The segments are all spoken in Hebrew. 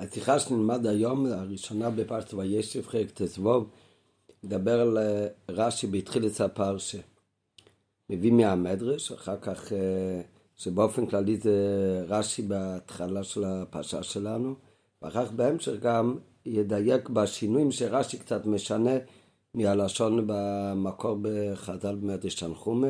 השיחה שנלמד היום, הראשונה בפרשת וישב, חלק ט"ו, מדבר על רש"י בתחילת הפרשה. מביא מהמדרש, אחר כך שבאופן כללי זה רש"י בהתחלה של הפרשה שלנו, ואחר כך בהמשך גם ידייק בשינויים שרש"י קצת משנה מהלשון במקור בחז"ל במדרש תנחומא.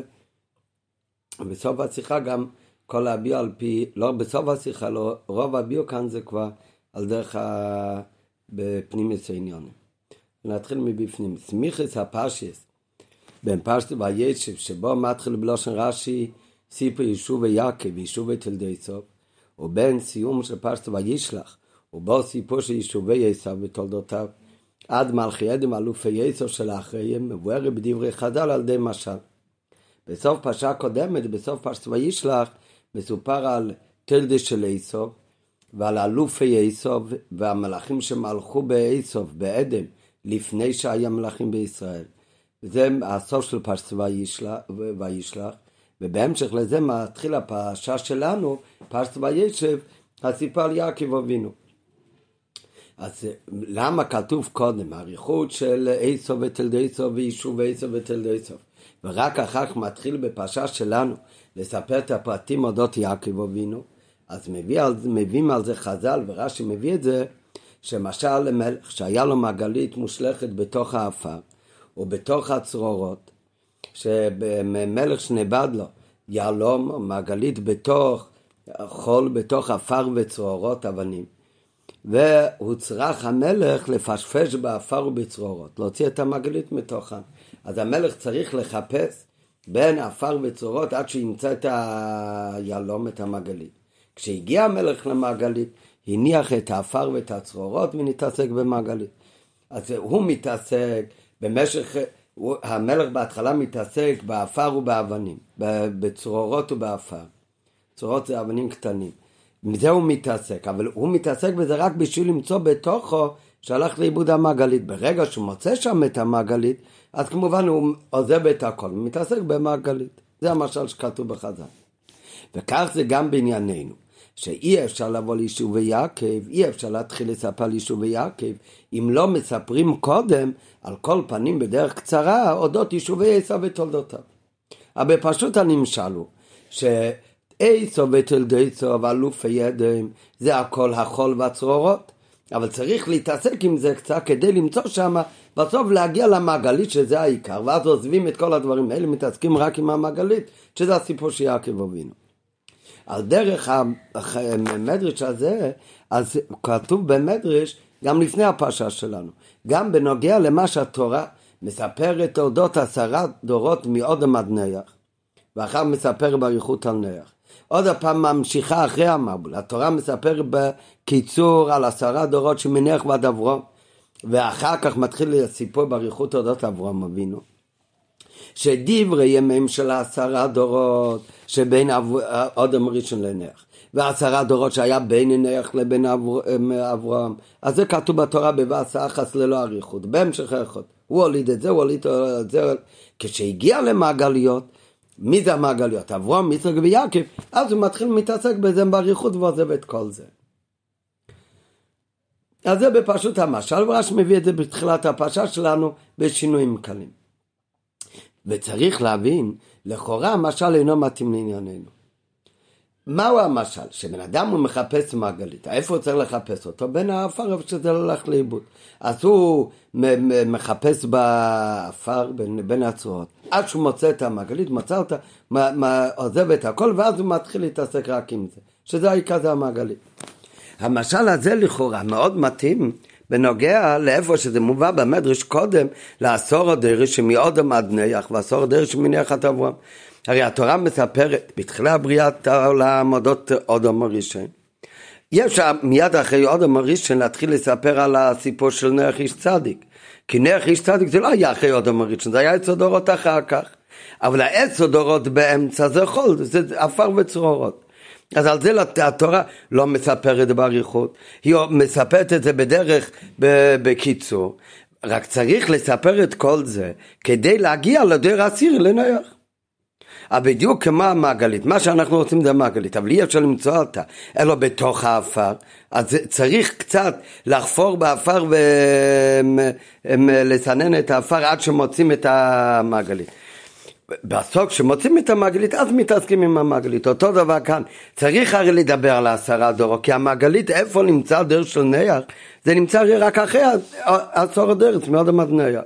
בסוף השיחה גם כל הביאו על פי, לא בסוף השיחה, לא, רוב הביאו כאן זה כבר על דרך בפנימיוס העניונים. נתחיל מבפנים. סמיכוס הפרשס, בין פרשת וישב, שבו מתחיל בלושן רש"י סיפור יישוב יעקב ויישוב תולדות עשיו, ובין סיום של פרשת וישלח, ובו סיפור של יישובי עשיו ותולדותיו, עד מלכי עדן אלופי עשיו של האחריהם, מבואר בדברי חז"ל על ידי משל. בסוף פרשה הקודמת, בסוף פרשת וישלח, מסופר על תולדות של עשיו, ועל אלופי עשיו והמלאכים שמלכו בעשיו בעדן לפני שהיה מלאכים בישראל. זה הסוף של פרשת וישלח, ובהמשך לזה מתחיל הפרשה שלנו, פרשת וישב, הסיפור על יעקב אבינו. אז למה כתוב קודם האריכות של עשיו ותולדות עשיו ויישוב עשיו ותולדות עשיו, ורק אחר כך מתחיל בפרשה שלנו לספר את הפרטים אודות יעקב אבינו? אז מביאים על זה חז"ל, ורש"י מביא את זה, שמשל למלך שהיה לו מעגלית מושלכת בתוך האפר, או בתוך הצרורות, שמלך שנאבד לו יהלום, מעגלית בתוך חול, בתוך אפר וצרורות אבנים, והוא צריך המלך לפשפש באפר ובצרורות, להוציא את המעגלית מתוכן. אז המלך צריך לחפש בין אפר וצרורות עד שימצא את היהלום, את המעגלית. כשהגיע המלך למעגלית, הניח את האפר ואת הצרורות ונתעסק במעגלית. אז הוא מתעסק במשך, המלך בהתחלה מתעסק באפר ובאבנים, בצרורות ובאפר. צרורות זה אבנים קטנים. מזה הוא מתעסק, אבל הוא מתעסק בזה רק בשביל למצוא בתוכו שהלך לאיבוד המעגלית. ברגע שהוא מוצא שם את המעגלית, אז כמובן הוא עוזב את הכל, הוא מתעסק במעגלית. זה המשל שכתוב בחז"ל. וכך זה גם בענייננו, שאי אפשר לבוא ליישובי יעקב, אי אפשר להתחיל לספר על יישובי יעקב, אם לא מספרים קודם, על כל פנים בדרך קצרה, אודות יישובי עשיו ותולדותיו. אבל פשוט הנמשל הוא, שעשיו ותולדות עשיו, אלופי עדן, זה הכל החול והצרורות, אבל צריך להתעסק עם זה קצת כדי למצוא שם, בסוף להגיע למעגלית שזה העיקר, ואז עוזבים את כל הדברים האלה, מתעסקים רק עם המעגלית, שזה הסיפור של יעקב אבינו. על דרך המדרש הזה, אז כתוב במדרש גם לפני הפרשה שלנו, גם בנוגע למה שהתורה מספרת אודות 10 דורות מאדם עד נח, ואחר מספר באריכות על נח. עוד הפעם ממשיכה אחרי המבול, התורה מספר בקיצור על 10 דורות שמנח ועד אברהם, ואחר כך מתחיל הסיפור באריכות אודות אברהם אבינו, שדברי ימים של 10 דורות שבין אדם ראשון לנח, ו10 דורות שהיה בין נח לבין אברהם, אז זה כתוב בתורה בבאס אחס ללא אריכות, בהמשך האחד, הוא הוליד את זה, הוא הוליד את זה, כשהגיע למעגליות, מי זה המעגליות? אברהם, יצחק ויעקב, אז הוא מתחיל להתעסק בזה באריכות ועוזב את כל זה. אז זה בפשוט המשל, ורש"י מביא את זה בתחילת הפרשה שלנו בשינויים קלים. וצריך להבין, לכאורה המשל אינו מתאים לענייננו. מהו המשל? שבן אדם הוא מחפש מעגלית, איפה הוא צריך לחפש אותו? בין האפר, איפה שזה לא הולך לאיבוד. אז הוא מחפש באפר, בין הצרורות, עד שהוא מוצא את המעגלית, מצא אותה, עוזב את הכל, ואז הוא מתחיל להתעסק רק עם זה, שזה העיקר זה המעגלית. המשל הזה לכאורה מאוד מתאים, בנוגע לאיפה שזה מובא במדרש קודם, לעשור הדרש שמאדם עד נח, ועשור הדרש שמנח עד אברהם. הרי התורה מספרת בתחילה בריאת העולם אודות אדם הראשון. יש מיד אחרי אדם הראשון להתחיל לספר על הסיפור של נח איש צדיק. כי נח איש צדיק זה לא היה אחרי אדם הראשון, זה היה 10 דורות אחר כך. אבל 10 דורות באמצע זה חול, זה אפר וצרורות. אז על זה התורה לא מספרת באריכות, היא מספרת את זה בדרך בקיצור, רק צריך לספר את כל זה כדי להגיע לדור העשירי לנח. בדיוק כמו המעגלית, מה שאנחנו רוצים זה המעגלית, אבל אי אפשר למצוא אותה, אלא בתוך האפר, אז צריך קצת לחפור באפר ולסנן את האפר עד שמוצאים את המעגלית. בסוף כשמוצאים את המעגלית אז מתעסקים עם המעגלית. אותו דבר כאן, צריך הרי לדבר על 10 דורות, כי המעגלית איפה נמצא הדרך של נח? זה נמצא רק אחרי 10 הדרך, מאוד עמד נח.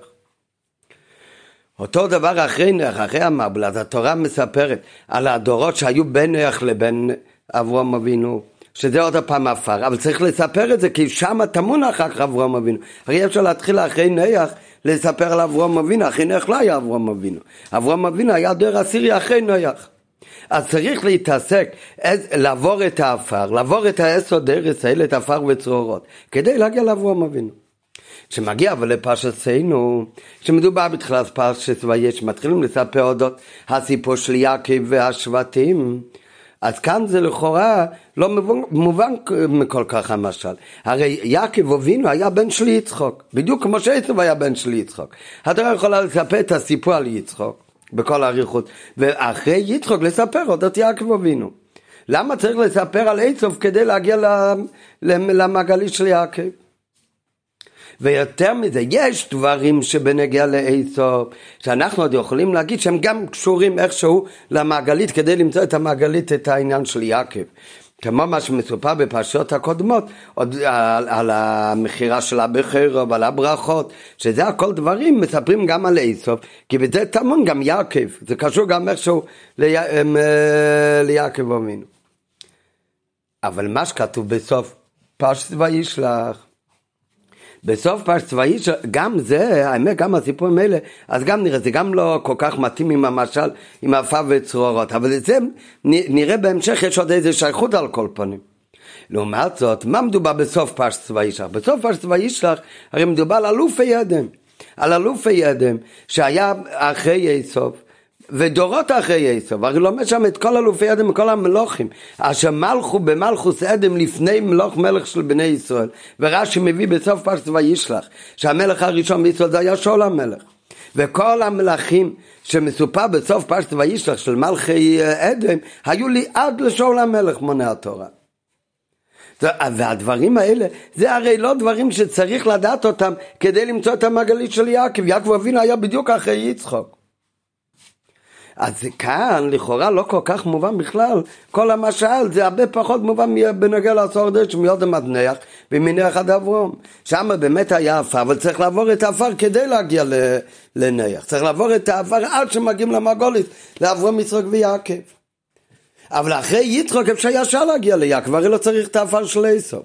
אותו דבר אחרי נח, אחרי המבול, אז התורה מספרת על הדורות שהיו בין נח לבין אברהם אבינו, שזה עוד הפעם אפר, אבל צריך לספר את זה, כי שם טמון אחר כך אברהם אבינו. הרי אפשר להתחיל אחרי נח לספר על אברהם אבינו, אחרי נח לא היה אברהם אבינו. אברהם אבינו היה דור עשירי אחרי נח. אז צריך להתעסק, לעבור את האפר, לעבור את 10 דרך האלה, את האפר וצרורות, כדי להגיע לאברהם אבינו. כשמגיע אבל לפרשתנו, כשמדובר בתחילת פרשת וישב, מתחילים לספר אודות הסיפור של יעקב והשבטים, אז כאן זה לכאורה לא מובן מכל כך המשל. הרי יעקב אבינו היה בן של יצחק, בדיוק כמו שעשו היה בן של יצחק. התורה יכולה לספר את הסיפור על יצחק בכל האריכות, ואחרי יצחק לספר אודות יעקב אבינו. למה צריך לספר על עשו כדי להגיע למעגלית של יעקב? ויותר מזה, יש דברים שבנגיע לעשו, שאנחנו עוד יכולים להגיד שהם גם קשורים איכשהו למעגלית, כדי למצוא את המעגלית, את העניין של יעקב. כמו מה שמסופר בפרשיות הקודמות, עוד על המחירה של הבכור ועל הברכות, שזה הכל דברים מספרים גם על עשו, כי בזה טמון גם יעקב, זה קשור גם איכשהו ליעקב אבינו. אבל מה שכתוב בסוף פרשת וישלח, בסוף פרשת וישלח, גם זה, האמת, גם הסיפורים האלה, אז גם נראה, זה גם לא כל כך מתאים עם המשל, עם האפר וצרורות, אבל זה נראה בהמשך, יש עוד איזה שייכות על כל פנים. לעומת זאת, מה מדובר בסוף פרשת וישלח? בסוף פרשת וישלח, הרי מדובר על אלופי אדם, שהיה אחרי עשו, ודורות אחרי עשו, הרי לומד שם את כל אלופי אדם וכל המלוכים, אשר מלכו במלכוס אדם לפני מלך של בני ישראל, ורש"י מביא בסוף פרשת וישלח, שהמלך הראשון בישראל זה היה שאול המלך, וכל המלכים שמסופר בסוף פרשת וישלח של מלכי אדם, היו לי עד לשאול המלך מונה התורה. והדברים האלה, זה הרי לא דברים שצריך לדעת אותם, כדי למצוא את המעגלית של יעקב. יעקב אבינו היה בדיוק אחרי יצחק. אז כאן לכאורה לא כל כך מובן בכלל, כל המשל זה הרבה פחות מובן בנוגע לעשור דרך שמיוד המתנח ומנח עד אברהם. שם באמת היה אפר, אבל צריך לעבור את האפר כדי להגיע לנח, צריך לעבור את האפר עד שמגיעים למעגלית, לאברהם, יצחק ויעקב. אבל אחרי יצחק אפשר ישר להגיע ליעקב, הרי לא צריך את האפר של עשו.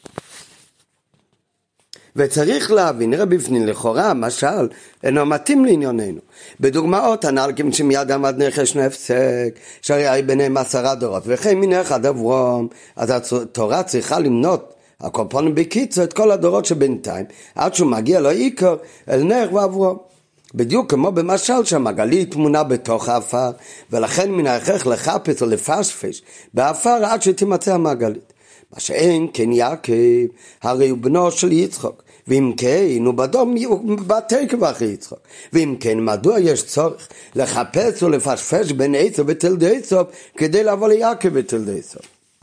וצריך להבין, נראה בפנים לכאורה, המשל, אינו מתאים לענייננו. בדוגמאות, הנ"ל שמיד עמד נחש נפסק, שהרי היה ביניהם 10 דורות, וכן מנח עד אברהם, אז התורה צריכה למנות, הקופונים בקיצור, את כל הדורות שבינתיים, עד שהוא מגיע לעיקר, אל נח ואברהם. בדיוק כמו במשל שהמעגלית תמונה בתוך האפר, ולכן מן ההכרח לחפש או לפשפש באפר עד שתימצא המעגלית. מה שאין כן יעקב, הרי הוא בנו של יצחק, ואם כן הוא בדום בתקף אחרי יצחק, ואם כן מדוע יש צורך לחפש ולפשפש בין עשו ותלדי עשו כדי לבוא ליעקב ותלדי עשו.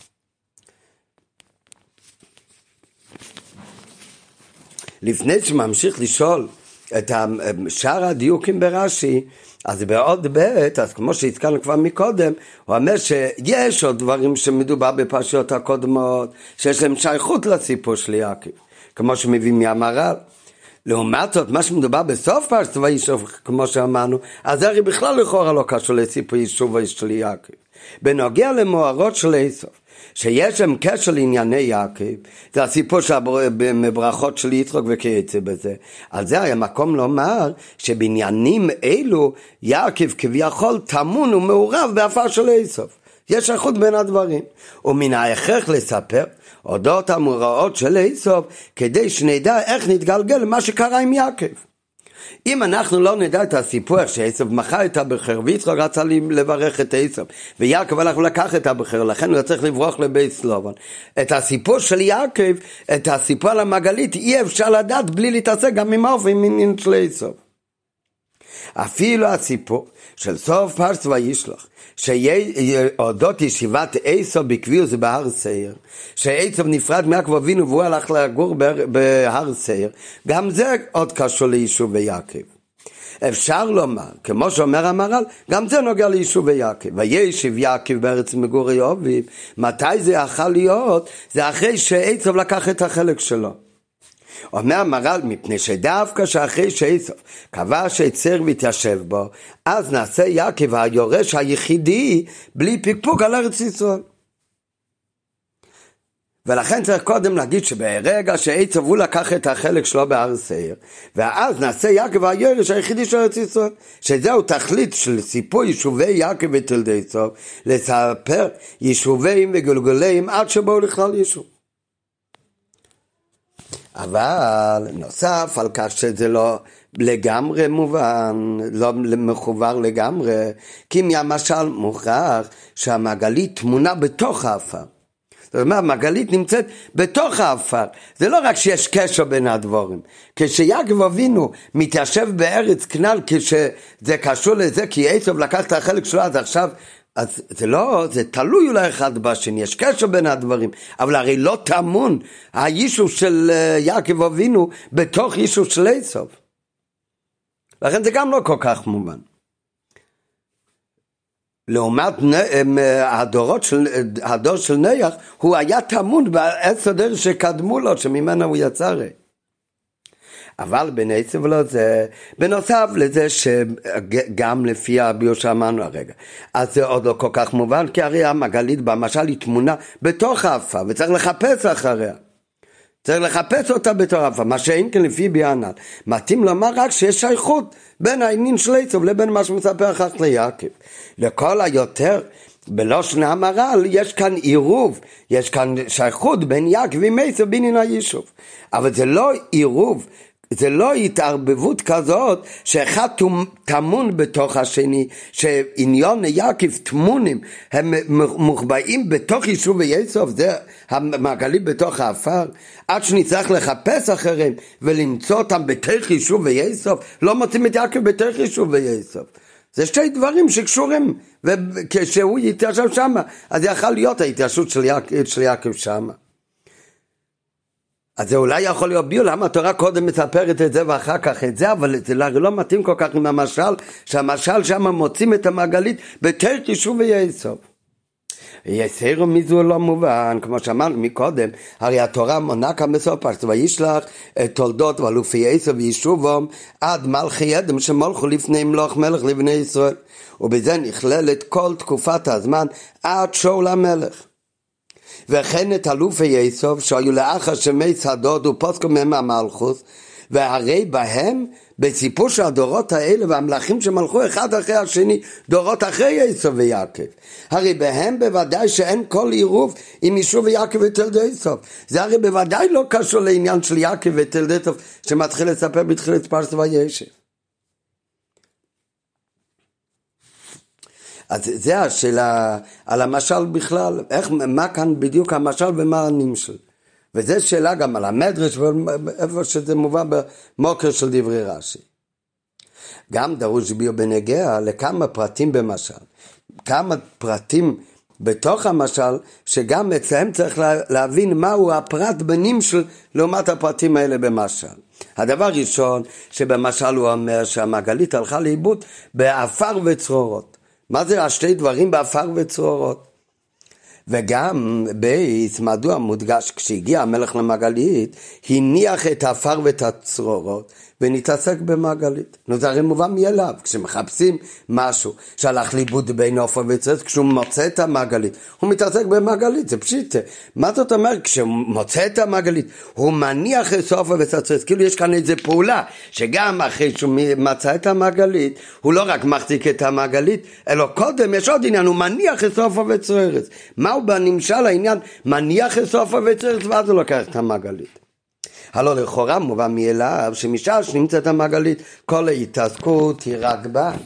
לפני שממשיך לשאול את שאר הדיוקים ברש"י, אז בעוד בית, אז כמו שהזכרנו כבר מקודם, הוא אומר שיש עוד דברים שמדובר בפרשיות הקודמות, שיש להם שייכות לסיפור של יעקב, כמו שמביא מהמהר"ל. לעומת זאת, מה שמדובר בסוף פרשת וישב, כמו שאמרנו, אז זה הרי בכלל לכאורה לא קשור לסיפור יישוב של יעקב. בנוגע למוארות של עשו, שיש להם קשר לענייני יעקב, זה הסיפור בברכות של יצחק וכיוצא בזה. על זה היה מקום לומר שבעניינים אלו יעקב כביכול טמון ומעורב באפר של עשו. יש שייכות בין הדברים, ומן ההכרח לספר אודות המאורעות של עשו כדי שנדע איך נתגלגל למה שקרה עם יעקב. אם אנחנו לא נדע את הסיפור שעשו מכר את הבכור ויצחק רצה לברך את עשו ויעקב הלך לקח את הבכור, לכן הוא צריך לברוח לבית לבן, את הסיפור של יעקב, את הסיפור על המעגלית אי אפשר לדעת בלי להתעסק גם עם האופן ועם של עשו. אפילו הסיפור של סוף פרשת וישלח, שאודות ישיבת עשו בקביעוס בהר סייר, שעשו נפרד מיעקב אבינו והוא הלך לגור בהר סייר, גם זה עוד קשור ליישוב יעקב. אפשר לומר, כמו שאומר המהר"ל, גם זה נוגע ליישוב יעקב. וישב יעקב בארץ מגורי אביו. מתי זה יכול להיות? זה אחרי שעשו לקח את החלק שלו. אומר המהר"ל, מפני שדווקא שאחרי שעשו כבש את צייר והתיישב בו, אז נעשה יעקב היורש היחידי בלי פקפוק על ארץ ישראל. ולכן צריך קודם להגיד שברגע שעשו הוא לקח את החלק שלו בהר סייר, ואז נעשה יעקב היורש היחידי של ארץ ישראל, שזהו תכלית של סיפור יישובי יעקב ותלדי עשו, לספר יישובים וגלגולים עד שבאו לכלל יישוב. אבל נוסף על כך שזה לא לגמרי מובן, לא מחובר לגמרי, כי מהמשל מוכרח שהמעגלית תמונה בתוך האפר. זאת אומרת, המעגלית נמצאת בתוך האפר. זה לא רק שיש קשר בין הדבורים. כשיעקב אבינו מתיישב בארץ כנען, כשזה קשור לזה, כי עשו לקח את החלק שלו, אז עכשיו, אז זה לא, זה תלוי אולי אחד בשני, יש קשר בין הדברים, אבל הרי לא טמון היישוב של יעקב אבינו בתוך יישוב של עשו. לכן זה גם לא כל כך מובן. לעומת הדור של נוח, הוא היה טמון בעשר דרך שקדמו לו, שממנו הוא יצא. אבל בנעצב לא זה, בנוסף לזה שגם לפי הביור שאמרנו הרגע, אז זה עוד לא כל כך מובן, כי הרי המעגלית במשל היא תמונה בתוך האפה, וצריך לחפש אחריה. צריך לחפש אותה בתור האפה, מה שאין כן לפי ביאנן. מתאים לומר רק שיש שייכות בין העניין של עשו לבין מה שמספר אחר כך ליעקב. לכל היותר, בלושן המהר"ל יש כאן עירוב, יש כאן שייכות בין יעקב ועשו בעניין היישוב. אבל זה לא עירוב, זה לא התערבבות כזאת שאחד טמון בתוך השני, שעניון יעקב תמונים הם מוחבאים בתוך יישוב עשו, זה המעגלים בתוך האפר, עד שנצטרך לחפש אחריהם ולמצוא אותם בתוך יישוב עשו, לא מוצאים את יעקב בתוך יישוב עשו. זה שתי דברים שקשורים, וכשהוא יתיישב שם, אז יכול להיות ההתיישבות של יעקב שם. אז זה אולי יכול להיות ביור, למה התורה קודם מספרת את זה ואחר כך את זה, אבל זה לא מתאים כל כך עם המשל, שהמשל שם מוצאים את המעגלית בתוך יישוב עשו. יסירו מזו לא מובן, כמו שאמרנו מקודם, הרי התורה מונה כאן בסוף פרשת וישלח את תולדות ואלופי עשו ויישובם עד מלכי אדם שמלכו לפני מלוך מלך לבני ישראל, ובזה נכללת כל תקופת הזמן עד שאול המלך. וכן את אלופי עשו שהיו לאחר שמי הדוד ופוסקו מהם המלכוס, והרי בהם בסיפור של הדורות האלה והמלכים שמלכו אחד אחרי השני, דורות אחרי עשו ויעקב, הרי בהם בוודאי שאין כל עירוב עם יישוב יעקב ותלדי עשו. זה הרי בוודאי לא קשור לעניין של יעקב ותלדי עשו שמתחיל לספר בתחילת פרשת וישב. אז זה השאלה על המשל בכלל, מה כאן בדיוק המשל ומה הנמשל. וזה שאלה גם על המדרש, ואיפה שזה מובא במוקר של דברי רש"י. גם דרוש ביור בנגיע לכמה פרטים במשל. כמה פרטים בתוך המשל, שגם אצלהם צריך להבין מהו הפרט בנמשל לעומת הפרטים האלה במשל. הדבר ראשון שבמשל הוא אומר שהמעגלית הלכה לאיבוד באפר וצרורות. מה זה השתי דברים באפר וצרורות? וגם בייס, מדוע מודגש כשהגיע המלך למעגלית, הניח את האפר ואת הצרורות ונתעסק במעגלית. זה הרי מובן מאליו, כשמחפשים משהו שהלך לאיבוד בין עופר וצרורות, כשהוא מוצא את המעגלית, הוא מתעסק במעגלית, זה פשיט. מה זאת אומרת? כשהוא מוצא את המעגלית, הוא מניח את עופר וצרורות, כאילו יש כאן איזו פעולה, שגם אחרי שהוא מצא את המעגלית, הוא לא רק מחזיק את המעגלית, אלא קודם יש עוד עניין, הוא מניח את עופר וצרורות. מהו בנמשל העניין? מניח את עופר וצרורות, ואז הוא לוקח את המעגלית. הלא לכאורה מובן מאליו שמשעה שנמצאת המעגלית, כל ההתעסקות היא רק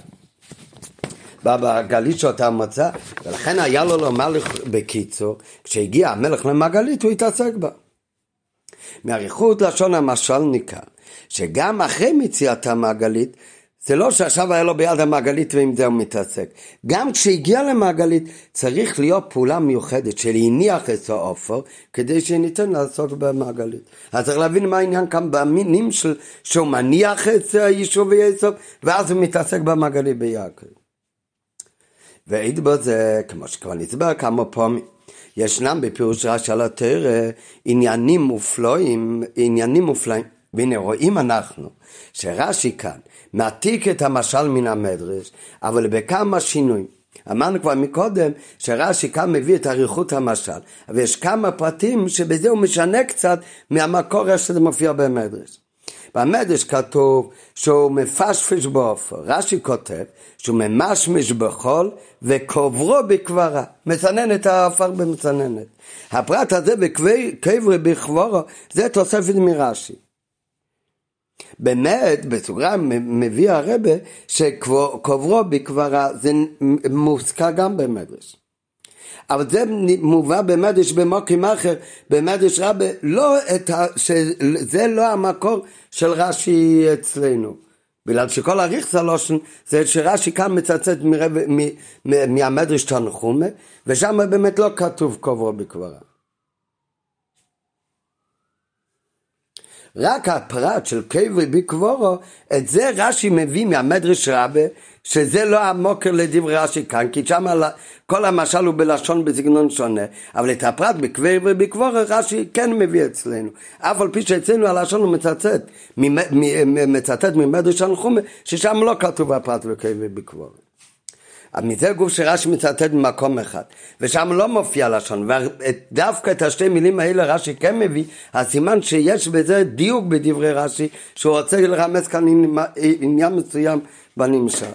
במעגלית שאותה מצא, ולכן היה לו לומר בקיצור, כשהגיע המלך למעגלית הוא התעסק בה. מאריכות לשון המשל ניכר, שגם אחרי מציאת המעגלית, זה לא שעכשיו היה לו ביד המעגלית ועם זה הוא מתעסק. גם כשהגיע למעגלית צריך להיות פעולה מיוחדת של הניח את העופר כדי שניתן לעסוק במעגלית. אז צריך להבין מה העניין כאן במינים שהוא מניח את היישוב ויסוף ואז הוא מתעסק במעגלית ביעקב. ועיד בו זה כמו שכבר נסבר כמה פעמים. ישנם בפירוש רש"י על התורה עניינים מופלאים. והנה רואים אנחנו שרש"י כאן מעתיק את המשל מן המדרש, אבל בכמה שינויים. אמרנו כבר מקודם שרש"י כאן מביא את אריכות המשל, אבל יש כמה פרטים שבזה הוא משנה קצת מהמקור שזה מופיע במדרש. במדרש כתוב שהוא מפשפש בעופר, רש"י כותב שהוא ממשמש בחול וקוברו בקברה, מצנן את העופר במצננת. הפרט הזה בקברי בקברו זה תוספת מרש"י. באמת בסוגריים מביא הרבה שקוברו בקברה זה מוזכר גם במדרש, אבל זה מובא במדרש במוקים אחר. במדרש רבה זה לא המקור של רש"י אצלנו, בגלל שכל אריך הלושן זה שרש"י כאן מצטט מהמדרש תנחומא, ושם באמת לא כתוב קוברו בקברה. רק הפרט של קברי בקברו, את זה רש"י מביא מהמדרש רבה, שזה לא המוקר לדברי רש"י כאן, כי שם כל המשל הוא בלשון בסגנון שונה, אבל את הפרט בקברי ובקברו רש"י כן מביא אצלנו, אף על פי שאצלנו הלשון הוא מצטט ממדרש תנחומא, ששם לא כתוב הפרט בקברי ובקברו. מזה גוף שרש"י מצטט במקום אחד, ושם לא מופיע לשון, ודווקא את השתי מילים האלה רש"י כן מביא, הסימן שיש בזה דיוק בדברי רש"י, שהוא רוצה לרמז כאן עניין מסוים בנמשל.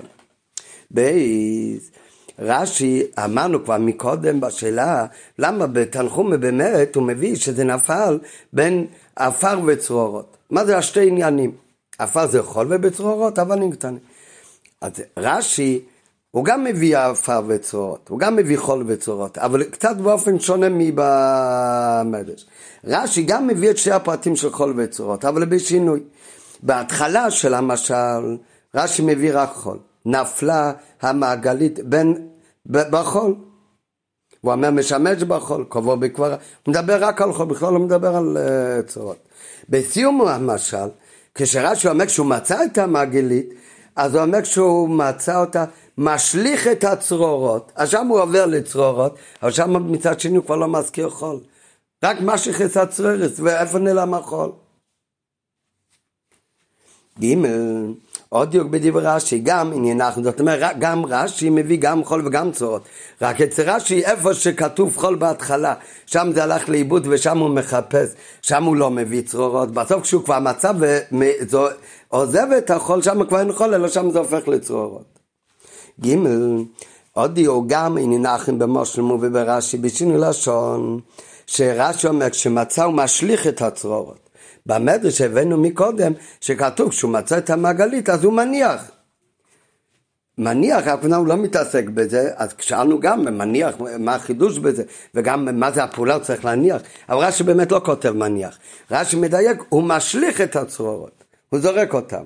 רש"י אמרנו כבר מקודם בשאלה, למה בתנחומא באמת הוא מביא שזה נפל בין עפר וצרורות. מה זה השתי עניינים? עפר זה חול ובצרורות, אבנים קטנים. אז רש"י הוא גם מביא עפר וצרורות, הוא גם מביא חול וצרורות, אבל קצת באופן שונה מבמדרש. רש"י גם מביא את שתי הפרטים של חול וצרורות, אבל בשינוי. בהתחלה של המשל, רש"י מביא רק חול. נפלה המעגלית בחול. הוא אומר משמש בחול, קוברו בקברה. הוא מדבר רק על חול, בכלל לא מדבר על צרורות. בסיום המשל, כשרש"י אומר כשהוא מצא את המעגלית, אז הוא אומר כשהוא מצא אותה, משליך את הצרורות, אז שם הוא עובר לצרורות, אבל שם מצד שני הוא כבר לא מזכיר חול. רק משליך את הצרורות, ואיפה נעלם החול? ג' עוד דיוק בדברי רש"י, גם עניינחנו, זאת אומרת, גם רש"י מביא גם חול וגם צרורות. רק אצל רש"י, איפה שכתוב חול בהתחלה, שם זה הלך לאיבוד ושם הוא מחפש, שם הוא לא מביא צרורות. בסוף כשהוא כבר מצא ועוזב את החול, שם כבר אין חול, אלא שם זה הופך לצרורות. ג' עוד דיוק גם עניינחנו במושלמו וברש"י, בשינוי לשון, שרש"י אומר, כשמצא הוא משליך את הצרורות. במדרש שהבאנו מקודם, שכתוב כשהוא מצא את המעגלית, אז הוא מניח, הכוונה הוא לא מתעסק בזה, אז כשאנו גם מניח, מה החידוש בזה, וגם מה זה הפעולה הוא צריך להניח, אבל רש"י באמת לא כותב מניח, רש"י מדייק, הוא משליך את הצרורות, הוא זורק אותם.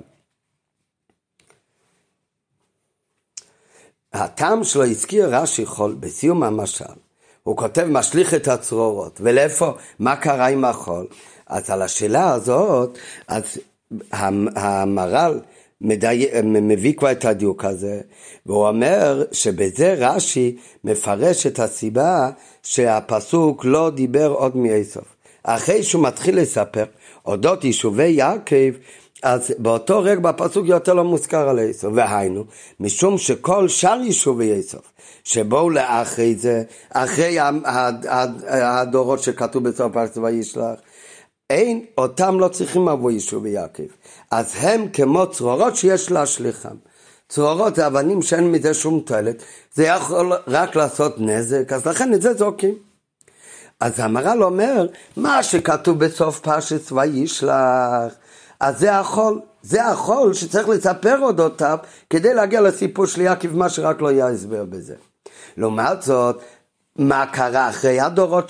הטעם שלו הזכיר רש"י חול בסיום המשל, הוא כותב משליך את הצרורות, ולאיפה, מה קרה עם החול? אז על השאלה הזאת, אז המהר"ל מביא כבר את הדיוק הזה, והוא אומר שבזה רש"י מפרש את הסיבה שהפסוק לא דיבר עוד מעשב. אחרי שהוא מתחיל לספר אודות יישובי יעקב, אז באותו רגע בפסוק יותר לא מוזכר על עשב, והיינו, משום שכל שאר יישובי עשב, שבואו לאחרי זה, אחרי הדורות שכתוב בסוף פרשת וישלח, אין, אותם לא צריכים עבור יישובי יעקב. אז הם כמו צרורות שיש להשליחם. צרורות זה אבנים שאין מזה שום תועלת, זה יכול רק לעשות נזק, אז לכן את זה זורקים. אז המהר"ל אומר, מה שכתוב בסוף פרשת וישלח, אז זה החול שצריך לספר אודותיו, כדי להגיע לסיפור של יעקב, מה שרק לא יהיה הסבר בזה. לעומת זאת, מה קרה אחרי הדורות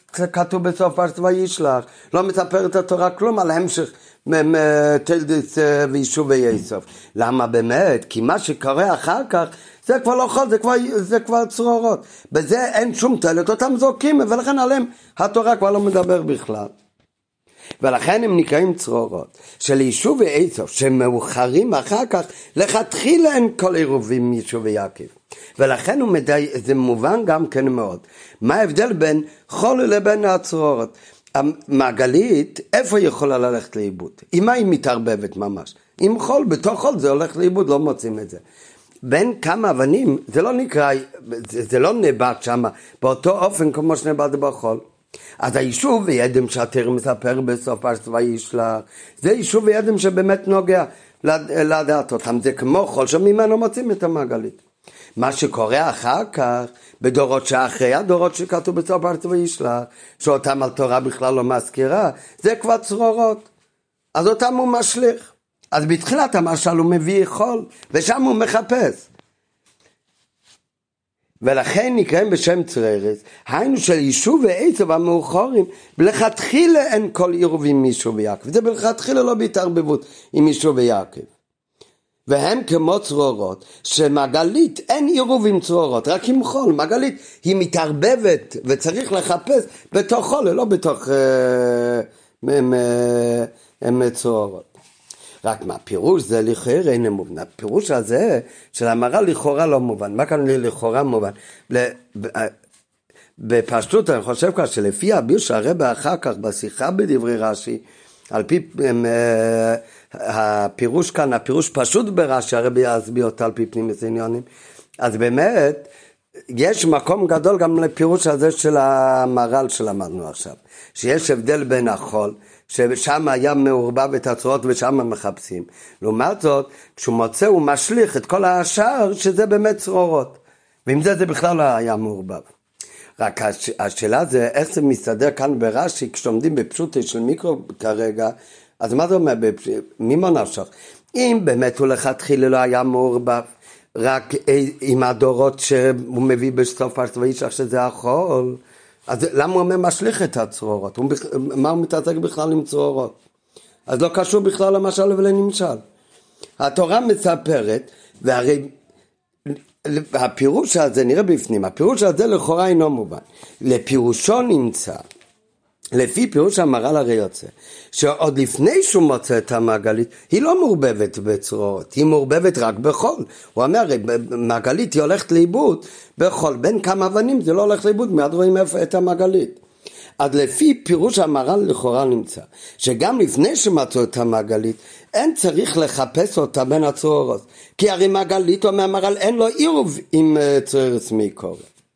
כתוב בסוף פרשת וישלח, לא מספר את התורה כלום על המשך תולדות ויישוב יסוף. למה באמת? כי מה שקורה אחר כך זה כבר לא חול, זה כבר צרורות. בזה אין שום תועלת, אותם זורקים, ולכן עליהם התורה כבר לא מדבר בכלל. ולכן הם נקראים צרורות. של יישוב יסוף, שמאוחרים אחר כך, לכתחילה אין כל עירובים יישוב יעקב. ולכן זה מובן גם כן מאוד. מה ההבדל בין חול לבין הצרורות? המעגלית, איפה היא יכולה ללכת לאיבוד? עם מה היא מתערבבת ממש? עם חול, בתוך חול זה הולך לאיבוד, לא מוצאים את זה. בין כמה אבנים, זה לא נקרא, זה לא נאבד שם, באותו אופן כמו שנאבד בחול. אז היישוב וידם שהתרא מספר בסוף פרשת וישלח, זה יישוב וידם שבאמת נוגע לדעת אותם, זה כמו חול שממנו מוצאים את המעגלית. מה שקורה אחר כך, בדורות שאחרי הדורות שכתוב בסוף פרשת וישלח, שאותם על תורה בכלל לא מזכירה, זה כבר צרורות. אז אותם הוא משליך. אז בתחילת המשל הוא מביא חול, ושם הוא מחפש. ולכן נקראים בשם צררס, היינו של יישוב ועצב המאוחרים, ולכתחילה אין כל עירובים מיישוב ויעקב. זה בלכתחילה לא בהתערבבות עם יישוב ויעקב. והם כמו צרורות, שמעגלית אין עירובים צרורות, רק עם חול. מעגלית היא מתערבבת וצריך לחפש בתוך חול, לא בתוך צרורות. רק מה, פירוש זה לכאורה אין מובן. הפירוש הזה של המראה לכאורה לא מובן. מה כאן לכאורה מובן? בפשטות אני חושב כך שלפי הביור שהרבא אחר כך בשיחה בדברי רש"י, על פי הפירוש כאן, הפירוש פשוט ברש"י, הרבא יסביר אותה על פי פנימיות עניונים, אז באמת יש מקום גדול גם לפירוש הזה של המהר"ל שלמדנו עכשיו, שיש הבדל בין החול, ששם היה מעורבב את הצרורות ושם מחפשים. לעומת זאת, כשהוא מוצא הוא משליך את כל השאר שזה באמת צרורות. ועם זה בכלל לא היה מעורבב. רק השאלה זה איך זה מסתדר כאן ברש"י, כשעומדים בפשוטו של מיקרו כרגע, אז מה זה אומר? ממה נפשך? אם באמת הוא לכתחילה לא היה מעורבב, רק עם הדורות שהוא מביא בסוף פרשת וישלח שזה החול, אז למה הוא אומר משליך את הצרורות? מה הוא מתעסק בכלל עם צרורות? אז לא קשור בכלל למשל ולנמשל. התורה מספרת, והרי הפירוש הזה נראה בפנים, הפירוש הזה לכאורה אינו מובן. לפירושו נמצא, לפי פירוש המהר"ל הרי יוצא, שעוד לפני שהוא מוצא את המעגלית, היא לא מעורבבת בצרורות, היא מעורבבת רק בחול. הוא אומר, מעגלית היא הולכת לאיבוד בחול, בין כמה אבנים זה לא הולך לאיבוד, מיד רואים איפה את המעגלית. אז לפי פירוש המהר"ל לכאורה נמצא, שגם לפני שמצאו את המעגלית, אין צריך לחפש אותה בין הצרורות, כי הרי מעגלית אומר המהר"ל אין לו עירוב עם צררס מקור.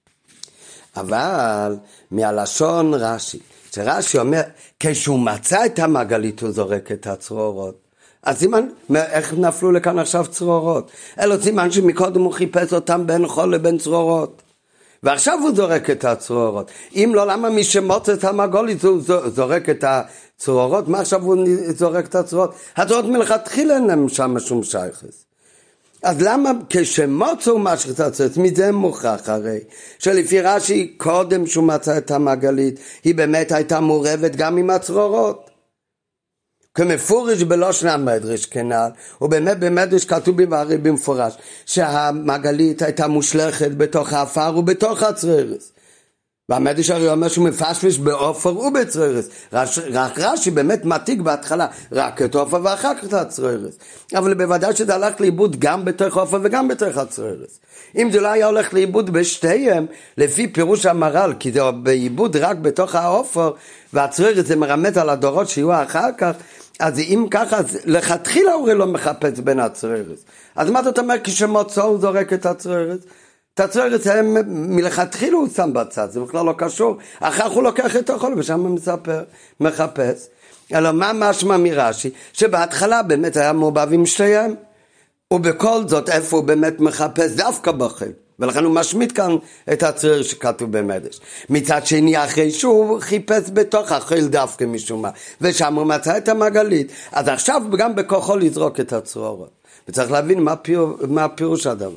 אבל מהלשון רש"י, שרש"י אומר, כשהוא מצא את המעגלית הוא זורק את הצרורות. אז סימן, איך נפלו לכאן עכשיו צרורות? אלו סימן שמקודם הוא חיפש אותם בין חול לבין צרורות. ועכשיו הוא זורק את הצרורות. אם לא, למה מי שמוצא את המעגלית הוא זורק את הצרורות? מה עכשיו הוא זורק את הצרורות? הצרורות מלכתחילה אין להם שם שום שייכות. אז למה כשמוצאו משך את הצרורות, מזה מוכח הרי, שלפי רש"י קודם שהוא מצא את המעגלית, היא באמת הייתה מעורבת גם עם הצרורות. כמפורש בלושן המדרש כנ"ל, ובאמת במדרש כתוב הרי במפורש, שהמעגלית הייתה מושלכת בתוך האפר ובתוך הצררס. והמדרש הרי אומר שהוא מפשפש באופר ובצררס. רק רש"י באמת מעתיק בהתחלה רק את אופר ואחר כך את הצררס. אבל בוודאי שזה הלך לאיבוד גם בתוך אופר וגם בתוך הצררס. אם זה לא היה הולך לאיבוד בשתיהם, לפי פירוש המהר"ל, כי זה באיבוד רק בתוך האופר, והצררס זה מרמז על הדורות שיהיו אחר כך, אז אם ככה, אז לכתחילה הוא לא מחפש בין הצררס. אז מה זאת אומרת כשמוצאו הוא זורק את הצררס? את הצררס מלכתחילה הוא שם בצד, זה בכלל לא קשור. אחר הוא לוקח את החול ושם הוא מחפש. אלא מה משמע מרש"י? שבהתחלה באמת היה מעורבב עם שתיהם. ובכל זאת איפה הוא באמת מחפש דווקא בחול. ולכן הוא משמיט כאן את הצררס שכתוב במדרש. מצד שני אחרי שהוא חיפש בתוך החול דווקא משום מה. ושם הוא מצא את המעגלית. אז עכשיו גם בכוחו לזרוק את הצרורות. וצריך להבין מה פירוש הדבר.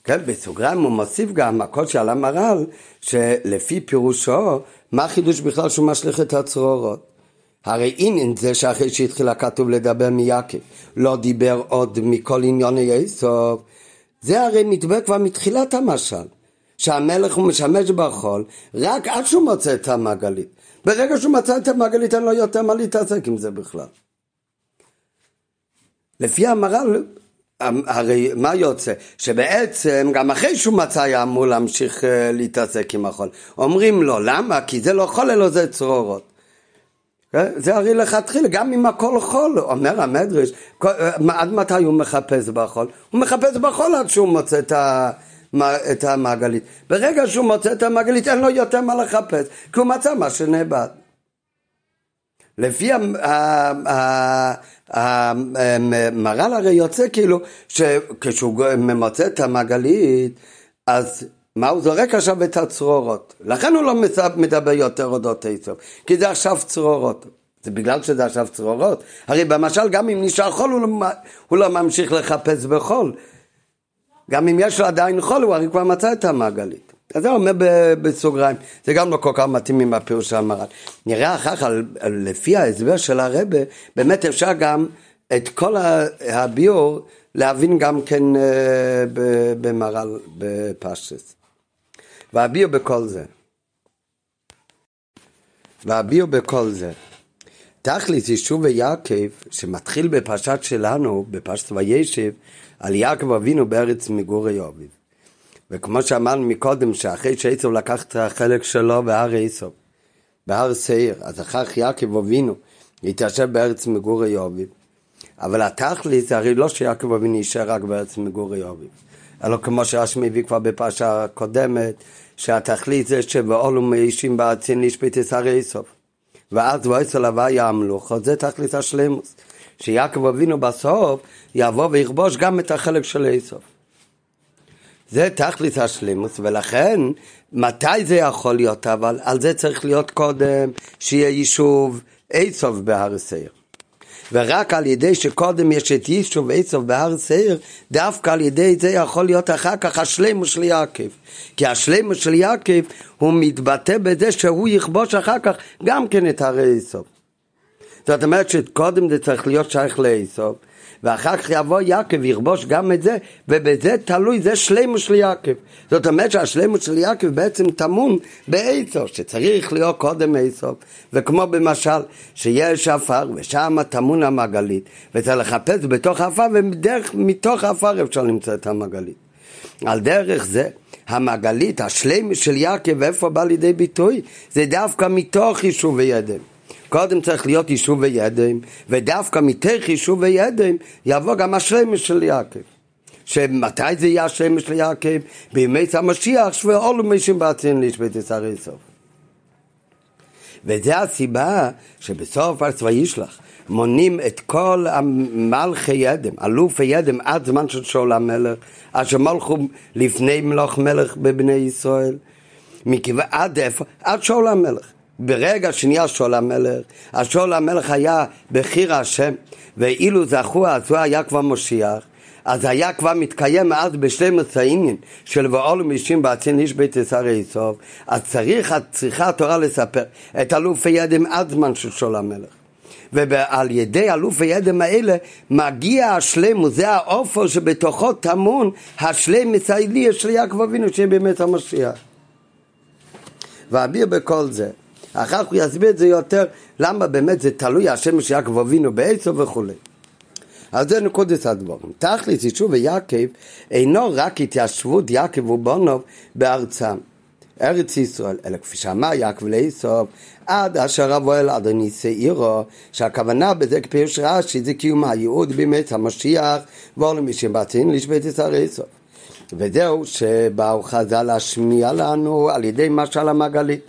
כן, בסוגריים הוא מוסיף גם הכל שעל המר"ל, שלפי פירושו, מה החידוש בכלל שהוא משליך את הצרורות? הרי עניין זה שאחרי שהתחיל הכתוב לדבר מיעקב, לא דיבר עוד מכל עניוני עשיו, זה הרי מתברר כבר מתחילת המשל, שהמלך הוא משמש בחול, רק עד שהוא מוצא את המעגלית. ברגע שהוא מצא את המעגלית, אין לו יותר מה להתעסק עם זה בכלל. לפי המר"ל, הרי מה יוצא? שבעצם גם אחרי שהוא מצא היה אמור להמשיך להתעסק עם החול. אומרים לו, למה? כי זה לא חול אלא זה צרורות. זה הרי לכתחילה, גם אם הכל חול, אומר המדרש, עד מתי הוא מחפש בחול? הוא מחפש בחול עד שהוא מוצא את המעגלית. ברגע שהוא מוצא את המעגלית, אין לו יותר מה לחפש, כי הוא מצא מה שנאבד. לפי המר"ל הרי יוצא כאילו, שכשהוא מוצא את המעגלית, אז מה הוא זורק עכשיו את הצרורות? לכן הוא לא מדבר יותר אודות עשיו, כי זה עכשיו צרורות. זה בגלל שזה עכשיו צרורות. הרי במשל גם אם נשאר חול הוא לא ממשיך לחפש בחול. גם אם יש לו עדיין חול הוא הרי כבר מצא את המעגלית. אז זה אומר בסוגריים. זה גם לא כל כך מתאים עם הפירוש של המר"ל. נראה אחר כך לפי ההסבר של הרבי, באמת אפשר גם את כל הביור להבין גם כן במר"ל בפשטות. והביאו בכל זה. תכלית יישוב יעקב שמתחיל בפרשת שלנו, בפרשת וישב, על יעקב אבינו בארץ מגורי אביו. וכמו שאמרנו מקודם, שאחרי שעשו לקח את החלק שלו בהר עשו, בהר שעיר, אז אחר יעקב אבינו התיישב בארץ מגורי אביו. אבל התכלית זה הרי לא שיעקב אבינו יישאר רק בארץ מגורי אביו. אלא כמו שרש"י מביא כבר בפרשה הקודמת, שהתכלית זה שבאולו מאישים בארצין לשפט את הרי עשו. ואז ועשו להוויה המלוכות, זה תכלית השלמות. שיעקב אבינו בסוף יבוא ויכבוש גם את החלק של עשו. זה תכלית השלמות, ולכן מתי זה יכול להיות? אבל על זה צריך להיות קודם שיהיה יישוב עשו בהר שעיר. ורק על ידי שקודם יש את יישוב עשו בהר שעיר, דווקא על ידי זה יכול להיות אחר כך השלמות של יעקב. כי השלמות של יעקב הוא מתבטא בזה שהוא יכבוש אחר כך גם כן את הרי עשו. זאת אומרת שקודם זה צריך להיות שייך לעשו, ואחר כך יבוא יעקב ויכבוש גם את זה, ובזה תלוי, זה שלמות של יעקב. זאת אומרת שהשלמות של יעקב בעצם טמון בעשו, שצריך להיות קודם עשו, וכמו במשל שיש עפר ושם טמון המעגלית, וצריך לחפש בתוך העפר, ומתוך העפר אפשר למצוא את המעגלית. על דרך זה המעגלית, השלמות של יעקב, איפה בא לידי ביטוי? זה דווקא מתוך יישוב ידם. קודם צריך להיות יישוב וידם, ודווקא מתוך יישוב וידם יבוא גם השלמות של יעקב. שמתי זה יהיה השלמות של יעקב? בימי המשיח שאולו מאישים בארצין לשפט את הרי עשו. וזה הסיבה שבסוף פרשת וישלח מונים את כל מלכי אדם, אלופי אדם, עד זמן של שאול המלך, אשר מלכו לפני מלך בבני ישראל, עד איפה? עד שאול המלך. ברגע שנהיה שאול המלך, השאול המלך היה בחיר השם, ואילו זכו, אז הוא היה כבר משיח, אז היה כבר מתקיים אז ב12 עניין של ואולו מאישים בארצין לשפט את הרי עשו. אז צריכה התורה לספר את אלופי אדם עד זמן של שאול המלך. ועל ידי אלופי אדם האלה מגיע השלמות, זה האופן שבתוכו טמון השלמות העילית של יעקב אבינו שבאמת המשיח. ואביר בכל זה, אחר כך הוא יסביר את זה יותר, למה באמת זה תלוי השם של יעקב אבינו בעשו וכו'. אז זה נקודת הדברים. תכלית יישוב יעקב אינו רק התיישבות יעקב ובניו בארצם, ארץ ישראל, אלא כפי שאמר יעקב לעשו, עד אשר אבוא אל אדוני שעירו, שהכוונה בזה כפירוש רש"י זה קיום הייעוד באמת המשיח, ואולו מאישים בארצין לשפט את הרי עשו. וזהו שבאו חז"ל להשמיע לנו על ידי משל המעגלית.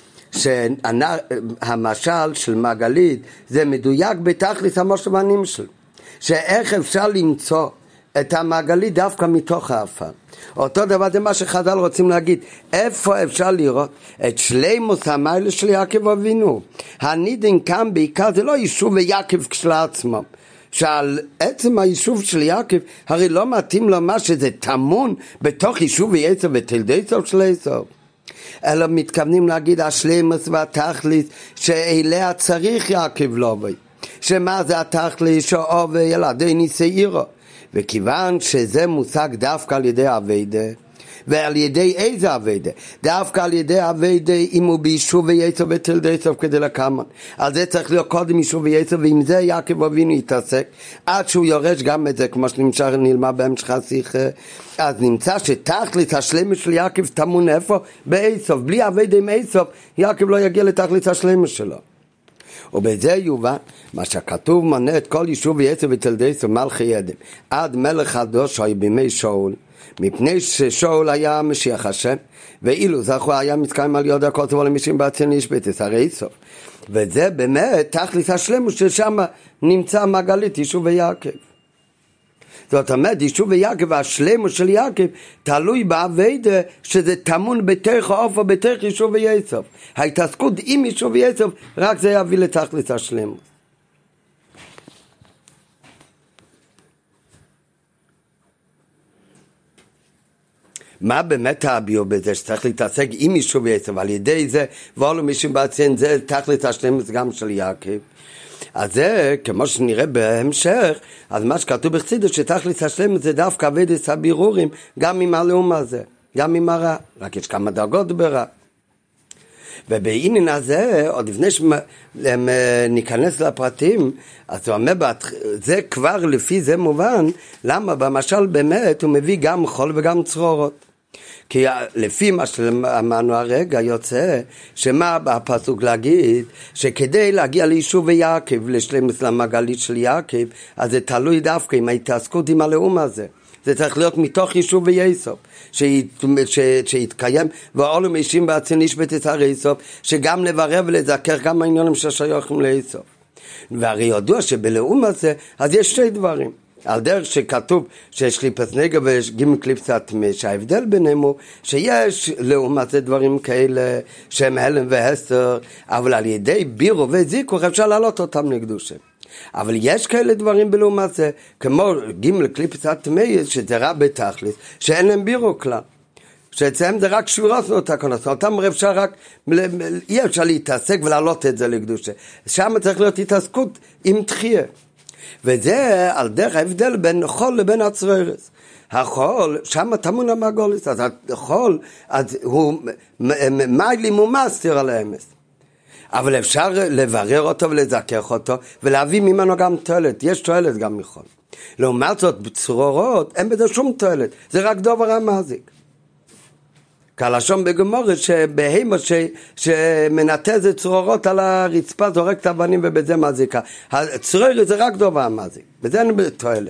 שהמשל של מעגלית זה מדויק בתכלית המושבנים שלו, שאיך אפשר למצוא את המעגלית דווקא מתוך העפר. אותו דבר זה מה שחז"ל רוצים להגיד, איפה אפשר לראות את שלמות המעלה של יעקב אבינו. הנידין כאן בעיקר זה לא יישוב יעקב כשלעצמו, שעל עצם היישוב של יעקב הרי לא מתאים לו מה שזה טמון בתוך יישוב עשו ותלדי עשו של עשו, אלא מתכוונים להגיד השלמות והתכלית שאליה צריך יעקב להביא, שמה זה התכלית שאוהב ילדי ניסי עירו, וכיוון שזה מושג דווקא על ידי עבודה, ועל ידי איזה עבודה? דווקא על ידי עבודה אם הוא ביישוב עשו ותלדי עשו כדי לקמן, על זה צריך להיות קודם יישוב עשו, ועם זה יעקב אבינו יתעסק עד שהוא יורש גם את זה, כמו שנמשך נלמד בהמשך השיחה. אז נמצא שתכלית השלמות של יעקב טמון איפה? בעשו. בלי עבודה עם עשו יעקב לא יגיע לתכלית השלמות שלו. ובזה יובן מה שכתוב מנה את כל יישוב עשו ותלדי עשו מלכי עדן עד מלך הדוש היה בימי שאול, מפני ששאול היה משיח השם, ואילו זכו היה מתקיים על יהודה כל טוב למשים בעצם להשבט הרי עשו, וזה באמת תכלית השלמות ששם נמצא מגלית יישוב יעקב. זאת אומרת יישוב יעקב והשלמות של יעקב תלוי בעבודה שזה טמון בתוך העוף או בתוך יישוב עשו. ההתעסקות עם יישוב עשו רק זה יביא לתכלית השלמות. מה באמת הביאו בזה שצריך להתעסק עם יישוב עשו, ועל ידי זה ואולו מישהו בעצם זה תכלית השלמות גם של יעקב. אז זה כמו שנראה בהמשך, אז מה שכתוב בחסידות שתכלית השלמות זה דווקא עבודת הבירורים גם עם הלאום הזה, גם עם הרע, רק יש כמה דרגות ברע. ובעניין הזה, עוד לפני שניכנס לפרטים, אז הוא אומר, זה כבר לפי זה מובן, למה במשל באמת הוא מביא גם חול וגם צרורות. כי לפי מה שאמרנו הרגע יוצא, שמה בפסוק להגיד, שכדי להגיע ליישוב יעקב, לשלמות למגלית של יעקב, אז זה תלוי דווקא עם ההתעסקות עם הלאום הזה. זה צריך להיות מתוך יישוב עשו, שיתקיים ואולו מישים בעצם נשבט את הרי עשו, שגם לברר ולזכר גם העניינים ששייכים לעשו. והרי ידוע שבלאום הזה אז יש שתי דברים, על דרך שכתוב שיש קליפת נגע ויש גימל קליפת טמא, שההבדל ביניהם הוא שיש לאום הזה דברים כאלה שהם הלם והסתר, אבל על ידי בירו וזיכוך אפשר להעלות אותם לקדושה. אבל יש כאלה דברים בלעומת זה, כמו גימל קליפת טמא, שזה רע בתכלית, שאין להם בירו כלל, שאצלם זה רק שורות תקנות, אותם אפשר רק, אי אפשר להתעסק ולהעלות את זה לקדושה. שם צריך להיות התעסקות עם תחייה. וזה על דרך ההבדל בין חול לבין הצרורס. החול, שם טמון המגולת, אז החול, אז הוא מיילים ומאסתר על האמס. אבל אפשר לברר אותו ולזכך אותו, ולהביא ממנו גם תועלת. יש תועלת גם מחול. לעומת זאת, בצרורות, אין בזה שום תועלת. זה רק דבר המזיק. כלשון בגמרא שבהמה שמנתזת צרורות על הרצפה זורק את האבנים ובזה מזיקה. הצרור זה רק דבר המזיק, בזה אין תועלת.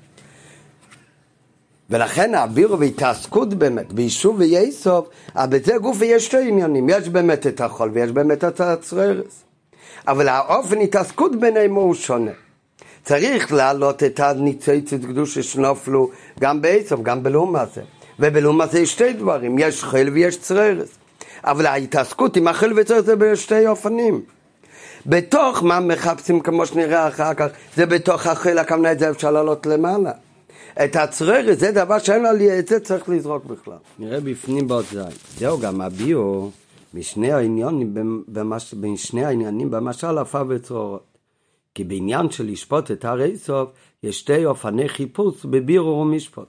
ולכן הבירו והתעסקות באמת ביישוב עשו, אבל בזה גוף יש שתי עניינים, יש באמת את החול ויש באמת את הצרור. אבל האופן התעסקות ביניהם הוא שונה. צריך להעלות את הניצוצות קדושה שנופלו גם בעשו, גם בלאום הזה. ובלאום הזה יש שתי דברים, יש חיל ויש צרורס. אבל ההתעסקות עם החיל וצרורס זה בשתי אופנים. בתוך מה מחפשים כמו שנראה אחר כך, זה בתוך החיל, הכוונה את זה אפשר לעלות למעלה. את הצרורס זה דבר שאין עלי, את זה צריך לזרוק בכלל. נראה בפנים בעוד זין. זהו גם הביאו משני העניינים במשל אפה וצרורות. כי בעניין של לשפוט את הרי עשו, יש שתי אופני חיפוש בבירור ומשפוט.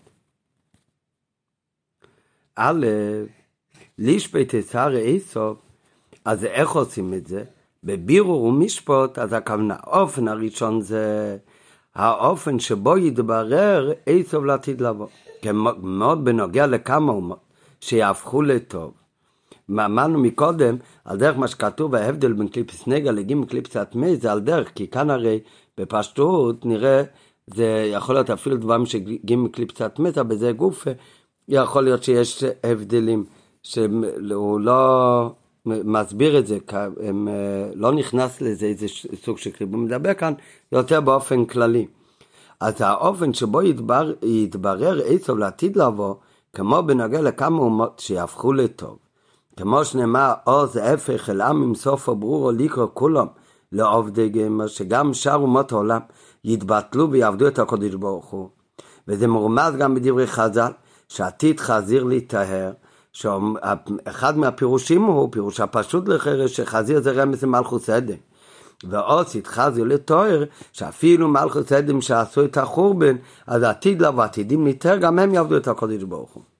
א', לשפט את הרי עשו, אז איך עושים את זה? בבירור ומשפט, אז הכוונה, האופן הראשון זה האופן שבו יתברר עשו לעתיד לבוא. מאוד בנוגע לכמה אומות שיהפכו לטוב. אמרנו מקודם, על דרך מה שכתוב, ההבדל בין קליפת נגע לגימל קליפת טמא, זה על דרך, כי כאן הרי בפשטות נראה, זה יכול להיות אפילו דברים שגימל קליפת טמא, בזה גוף, יכול להיות שיש הבדלים, שהוא לא מסביר את זה, לא נכנס לזה איזה סוג של קליפ, הוא מדבר כאן יותר באופן כללי. אז האופן שבו יתברר עשו לעתיד לבוא, כמו בנוגע לכמה אומות שיהפכו לטוב. כמו שנאמר, עוז הפך אל עם עם סוף הברור או לקרוא כולם לעובדי גמר, שגם שאר אומות העולם יתבטלו ויעבדו את הקודש ברוך הוא. וזה מורמז גם בדברי חז"ל, שעתיד חזיר להיטהר, שאחד מהפירושים הוא, פירוש הפשוט לחרש, שחזיר זה רמז למלכות אדם. ועושית חזיר לטהר, שאפילו מלכות אדם שעשו את החורבן, אז עתיד לה ועתידים להיטהר, גם הם יעבדו את הקודש ברוך הוא.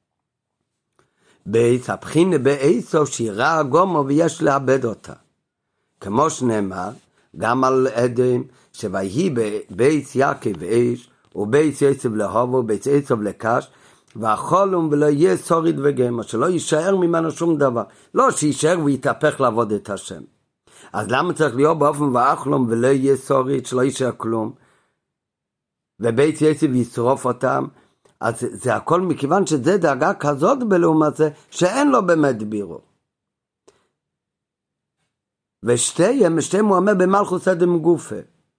בית הבחינה באיסוף שירה הגומו ויש לאבד אותה. כמו שנאמר, גם על אדם, שויהי בית יעקב אש, ובית עשב להובו, בית עשב לקש, והחולום ולא יהיה סורית וגמר, שלא יישאר ממנו שום דבר. לא שיישאר ויתהפך לעבוד את השם. אז למה צריך להיות באופן ואחלום ולא יהיה סורית, שלא יישאר כלום? ובית עשב ישרוף אותם, אז זה הכל מכיוון שזה דאגה כזאת בלעומת זה, שאין לו באמת בירו. ושתיהם הוא אומר במלכות אדם גופה.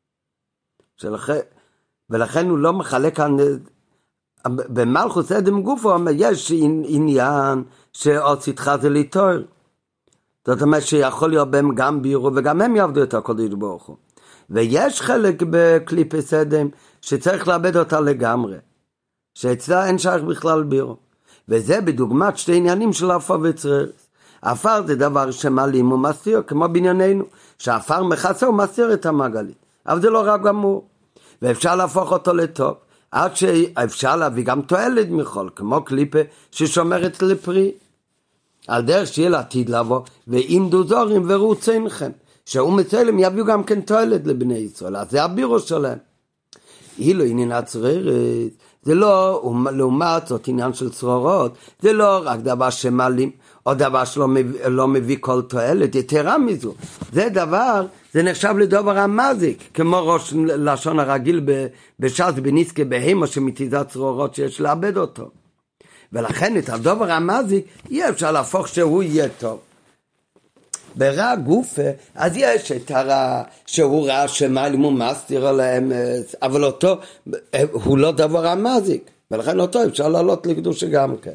ולכן הוא לא מחלק כאן, במלכות אדם גופה הוא אומר, יש עניין שעושית חזיר לטהר. זאת אומרת שיכול להיות בהם גם בירו, וגם הם יעבדו את הקודש ברוך הוא. ויש חלק בקליפת אדם שצריך לאבד אותה לגמרי. שאצלה אין שייך בכלל בירו. וזה בדוגמת שתי עניינים של עפר וצררס. עפר זה דבר שמעלים ומסתיר, כמו בענייננו, שעפר מכסה ומסתיר את המעגלית. אבל זה לא רק גמור. ואפשר להפוך אותו לטוב, עד שאפשר להביא גם תועלת מחול, כמו קליפה ששומרת לפרי. על דרך שיהיה לעתיד לבוא, ועמדו זורים ורוצה עינכם, שהוא מצלם יביאו גם כן תועלת לבני ישראל, אז זה הבירו שלהם. אילו עניין הצררס, זה לא, לעומת זאת עניין של צרורות, זה לא רק דבר שמעלים, או דבר שלא מביא כל תועלת, יתרה מזו. זה דבר, זה נחשב לדבר המזיק, כמו ראש לשון הרגיל בש"ס בניסקי בהמה שמתיזה צרורות שיש לאבד אותו. ולכן את הדבר המזיק יהיה אפשר להפוך שהוא יהיה טוב. ברע גופה, אז יש את הרע שהוא רע שמעלים ומסתיר עליהם, אבל אותו הוא לא דבר המזיק, ולכן אותו אפשר לעלות לקדושה גם כן.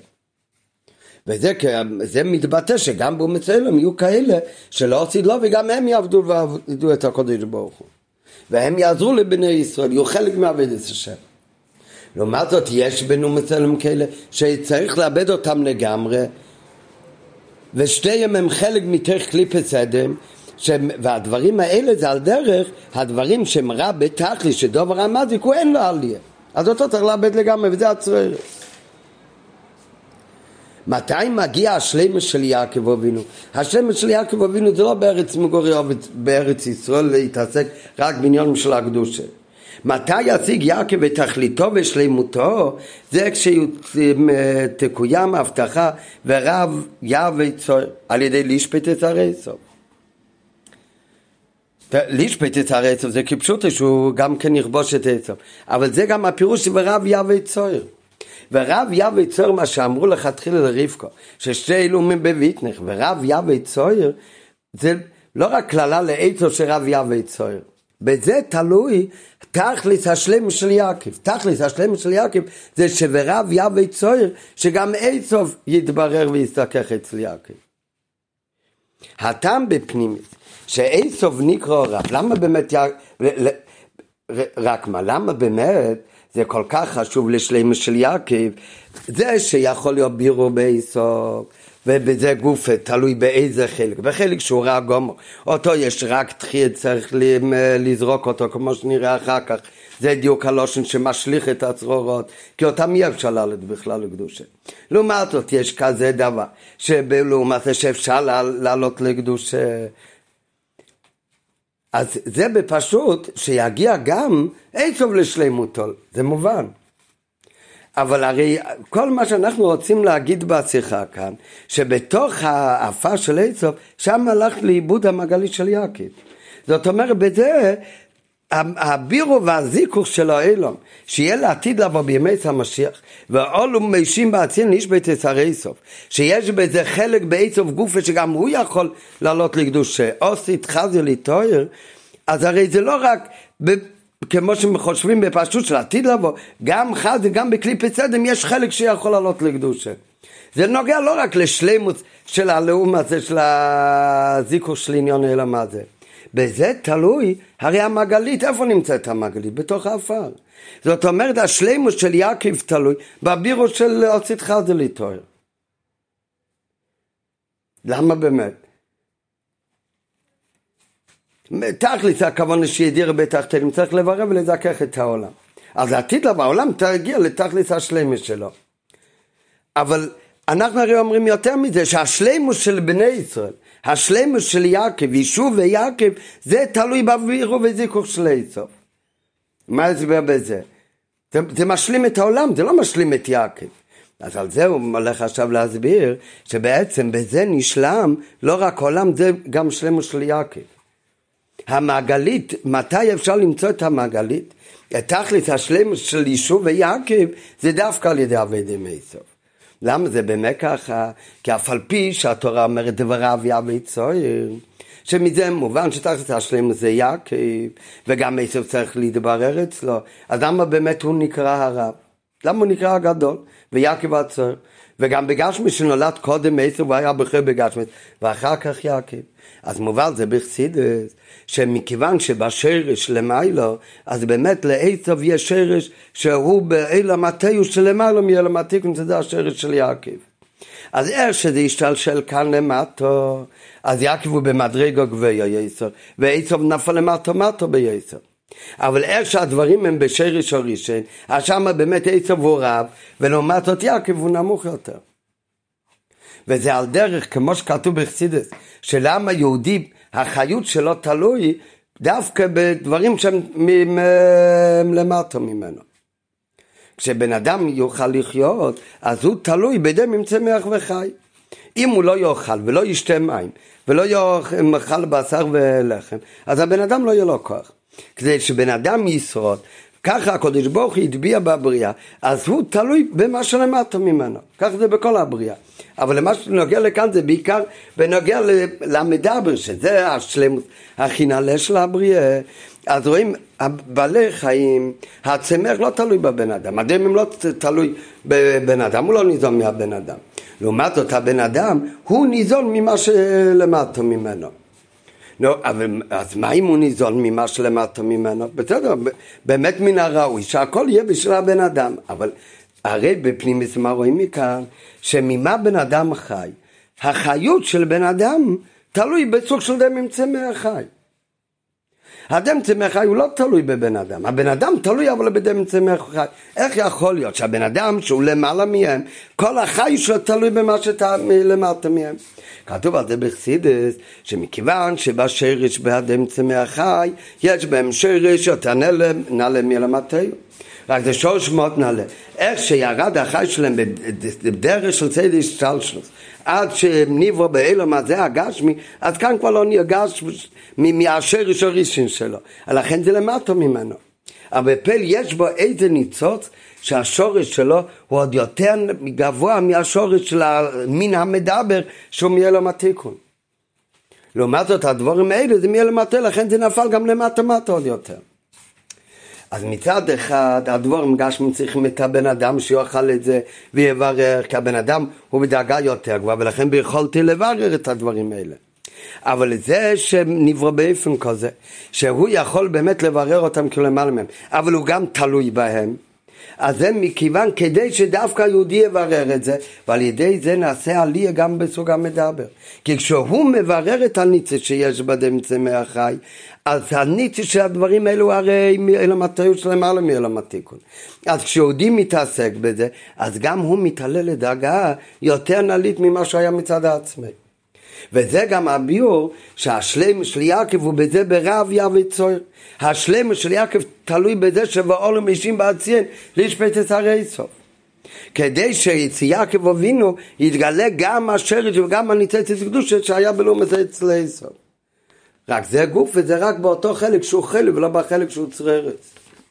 וזה מתבטא שגם במצלם יהיו כאלה שלא עושים לו, וגם הם יעבדו ועבדו את הקודש ברוך הוא. והם יעזרו לבני ישראל, יהיו חלק מעבודת השם. לעומת זאת יש בנו מצלם כאלה שצריך לאבד אותם לגמרי, ושתיהם הם חלק מתוך קליפת אדם, והדברים האלה זה על דרך הדברים שהם רע בתכלי, שדבר המזיק הוא אין לו עלייה. אז אותו צריך לאבד לגמרי, וזה הצררס. מתי מגיע השלמות של יעקב אבינו? השלמות של יעקב אבינו זה לא בארץ מגורי, בארץ ישראל להתעסק רק בעניינים של הקדושה. מתי ישיג יעקב את תכליתו ושלמותו? זה כשתקוים הבטחה ורב יהווה צור על ידי לשפט את הרצף. לשפט את הרצף זה כפשוט שהוא גם כן יכבוש את הרצף, אבל זה גם הפירוש ורב יהווה צור. ורב יהווה צור, מה שאמרו לכתחילה לרבקה, ששתי אילומים בביתנך, ורב יהווה צור זה לא רק כללה לעצו שרב יהווה צור, בזה תלוי תכלית השלם של יעקב. תכלית השלם של יעקב זה שברב יהווה צור, שגם עצו יתברר ויסתכך אצל יעקב. הטעם בפנימית שעצו נקרא רב, למה באמת רק מה, למה באמת זה כל כך חשוב לשלם של יעקב? זה שיכול להיות בירו בעצו, ובזה גוף תלוי באיזה חלק, בחלק שהוא רע גומר, אותו יש רק תחייה, צריך לזרוק אותו כמו שנראה אחר כך. זה דיוק הלושן שמשליך את הצרורות, כי אותם יהיה אפשר לעלות בכלל לקדושה. לעומת זאת יש כזה דבר שבלעומת זה שאפשר לעלות לקדושה, אז זה בפשוט שיגיע גם עצוב לשלמותו, זה מובן. אבל הרי כל מה שאנחנו רוצים להגיד בשיחה כאן, שבתוך האפה של עצוב, שם הלך לאיבוד המעגלי של יעקב. זאת אומרת, בזה הבירו והזיכוך של האלום, שיהיה לעתיד לבוא בימי המשיח, ואולו מישים בעצין נשבט את הרצוף, שיש בזה חלק בעצוב גופה, שגם הוא יכול לעלות לקדושה, עושית חזיר לטהר, אז הרי זה לא רק כמו שחושבים בפשוט של עתיד לבוא, גם חזיר, גם בקליפת אדם, יש חלק שיכול לעלות לקדושה. זה נוגע לא רק לשלמות של הלאום הזה, של הזיכוך של עניון אלא מה זה. בזה תלוי, הרי המעגלית, איפה נמצאת המעגלית? בתוך האפר. זאת אומרת, השלימוס של יעקב תלוי בבירו של הוצאת חסדה לתואר. למה באמת? תכלס הכוונה שידיר בתחתינו, צריך לברר ולזכך את העולם. אז העתיד לבא, העולם תגיע לתכלס השלימוס שלו. אבל אנחנו הרי אומרים יותר מזה, שהשלימוס של בני ישראל, השלימוס של יעקב, יישוב ויעקב, זה תלוי בבירו וזיכוך של עשיו. מה הסבר בזה? זה משלים את העולם, זה לא משלים את יעקב. אז על זה הוא הולך עכשיו להסביר, שבעצם בזה נשלם לא רק העולם, זה גם שלמוס של יעקב. המעגלית, מתי אפשר למצוא את המעגלית? את תכלית השלמוס של יישוב ויעקב, זה דווקא על ידי עבדי עשיו. למה זה באמת ככה? כי אף על פי שהתורה אומרת דבריו יעבד צוער, שמזה מובן שתכלית השלמוס זה יעקב, וגם עשיו צריך להתברר אצלו, אז למה באמת הוא נקרא הרב? למה הוא נקרא הגדול? ויעקב הצוער. וגם בגשמי שנולד קודם עשיו והיה בכיר בגשמי, ואחר כך יעקב. אז מובן זה בחסידות, שמכיוון שבשרש למיילו, אז באמת לעשיו יש שרש שהוא באילם התיוש שלמיילו מאילם התיקון, זה השרש של יעקב. אז איך שזה ישתלשל כאן למטו, אז יעקב הוא במדרגה גבוהה עשיו, ועשיו נפל למטו בעשיו. אבל איך שהדברים הם בשרש הראשון, אז שם באמת עשיו הוא רב, ולעומת זאת יעקב הוא נמוך יותר. וזה על דרך, כמו שכתוב בחסידות, שלעם היהודי החיות שלו תלוי דווקא בדברים שהם למטה ממנו. כשבן אדם יוכל לחיות, אז הוא תלוי בדם צמח וחי. אם הוא לא יאכל ולא ישתה מים, ולא יאכל בשר ולחם, אז הבן אדם לא יהיה לו כוח. כדי שבן אדם ישרוד, ככה הקדוש ברוך הוא יטביע בבריאה, אז הוא תלוי במה שלמטה ממנו. ככה זה בכל הבריאה. אבל למה שנוגע לכאן זה בעיקר בנוגע למדבר, שזה השלמות הכי נעלה של הבריאה. אז רואים, בעלי חיים, הצמח לא תלוי בבן אדם, הדמים לא תלוי בבן אדם, הוא לא ניזון מהבן אדם. לעומת זאת, הבן אדם הוא ניזון ממה שלמטה ממנו. לא, אבל אז מה אם הוא ניזון ממה שלמטה ממנו? בסדר, באמת מן הראוי שהכל יהיה בשביל הבן אדם, אבל הרי בפנימיות מה רואים מכאן? שממה בן אדם חי, החיות של בן אדם תלוי בסוג של דם צמח חי. הדם צמח חי הוא לא תלוי בבן אדם, הבן אדם תלוי אבל בדם צמח חי. איך יכול להיות שהבן אדם שהוא למעלה מהם, כל החי שלו תלוי במה שלמטה מהם? כתוב על זה בחסידות, שמכיוון שבשרש בהדם צמח חי, יש בהם שרש יותר נעלה מלמטה. רק זה שורש מאוד נעלה. איך שירד החי שלהם בדרך של צד השתלשלות, עד שנברו באילום הזה הגשמי, אז כאן כבר לא נהיה גשמי מהשרש הראשון שלו. לכן זה למטה ממנו. אבל בפל יש בו איזה ניצוץ שהשורש שלו הוא עוד יותר גבוה מהשורש של המין המדבר שהוא מאילום התיקון. לעומת זאת הדברים האלה זה מאילום התיקון, לכן זה נפל גם למטה עוד יותר. אז מצד אחד הדברים גשמים צריכים את הבן אדם שיוכל את זה ויברר, כי הבן אדם הוא בדאגה יותר גבוהה, ולכן ביכולתי לברר את הדברים האלה. אבל זה שנברא באופן כזה, שהוא יכול באמת לברר אותם כלמעלה מהם, אבל הוא גם תלוי בהם, אז זה מכיוון כדי שדווקא היהודי יברר את זה, ועל ידי זה נעשה עלייה גם בסוג המדבר. כי כשהוא מברר את הניצה שיש בדם צמח חי, אז הניצה של הדברים האלו הרי מאילום התיקון שלהם מעלה מאילום התיקון. אז כשיהודי מתעסק בזה, אז גם הוא מתעלה לדרגה יותר נעלית ממה שהיה מצד העצמי. וזה גם הביור שהשלמות של יעקב הוא בזה ברב יעבד צוער. השלמות של יעקב תלוי בזה שבעולם אישים בעציין לשפט את הרי סוף. כדי שיעקב אבינו יתגלה גם השרש וגם הניצוצת קדושה שהיה בלאומות אצל עשיו. רק זה גוף וזה רק באותו חלק שהוא חלק ולא בחלק שהוא צררת.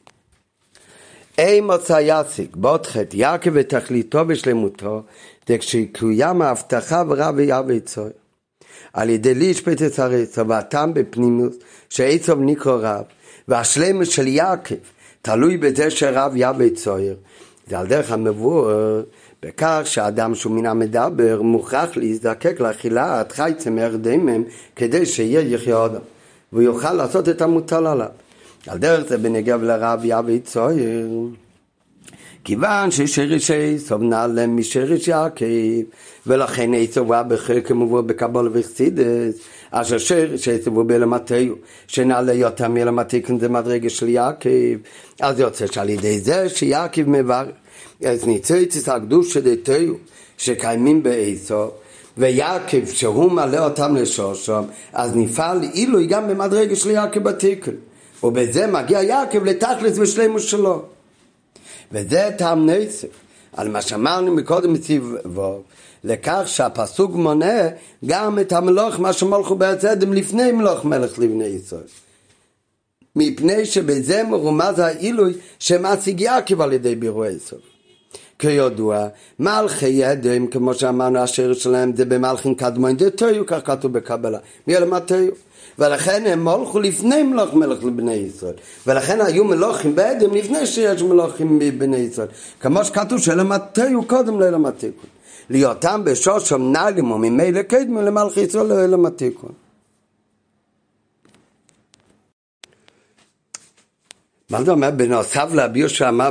מוצא יציג באות חטא יעקב ותכליתו בשלמותו זה כשקוים ההבטחה ורב יעבד צוער. על ידי להשפט את עשיו והטעם בפנימיות שעשיו נקרא רב, והשלמות של יעקב תלוי בזה שרב יעבד צוער. זה על דרך המבואר בכך שהאדם שהוא מן המדבר מוכרח להזדקק לאכילת חי צמח דמם כדי שיהיה יחיה אדם. והוא יוכל לעשות את המוטל עליו. על דרך זה בנגיע לרב יביא צויר, כיוון ששריש עשו נעלה משריש יעקב, ולכן עשו היה בחלק כמובן בקבלה וחסידות, אשר שריש עשו הוא בלמתיו, שנעלה יותר מלמתיקון זה מדרגה של יעקב, אז יוצא שעל ידי זה שיעקב מברך, אז ניצוץ הקדוש שדתיו, שקיימים בעשו, ויעקב שהוא מלא אותם לשושם, אז נפעל אילו גם במדרגה של יעקב בתיקון, ובזה מגיע יעקב לתכלס ושלמות שלו. וזה טעם נוסף על מה שאמרנו מקודם מציבו, לכך שהפסוק מונה גם את המלוך מה שמלכו בארץ אדם לפני מלוך מלך לבני ישראל, מפני שבזה מרומז העילוי שמשיג יעקב על ידי בירוא עשיו. כידוע מלכי אדם כמו שאמרנו השיר שלהם זה במלכים קדמון דתיו, כך כתוב בקבלה מלמתיו, ולכן הם מלכו לפני מלוך מלך לבני ישראל, ולכן היו מלוכים באדם לפני שיש מלוכים בבני ישראל, כמו שכתוב שלמתיו קודם ללמתיקון, ליותם בשושם נעלמו ממילא קדמו למלכי ישראל ללמתיקון. מה זה אומר? בנוסף להביאו שאמר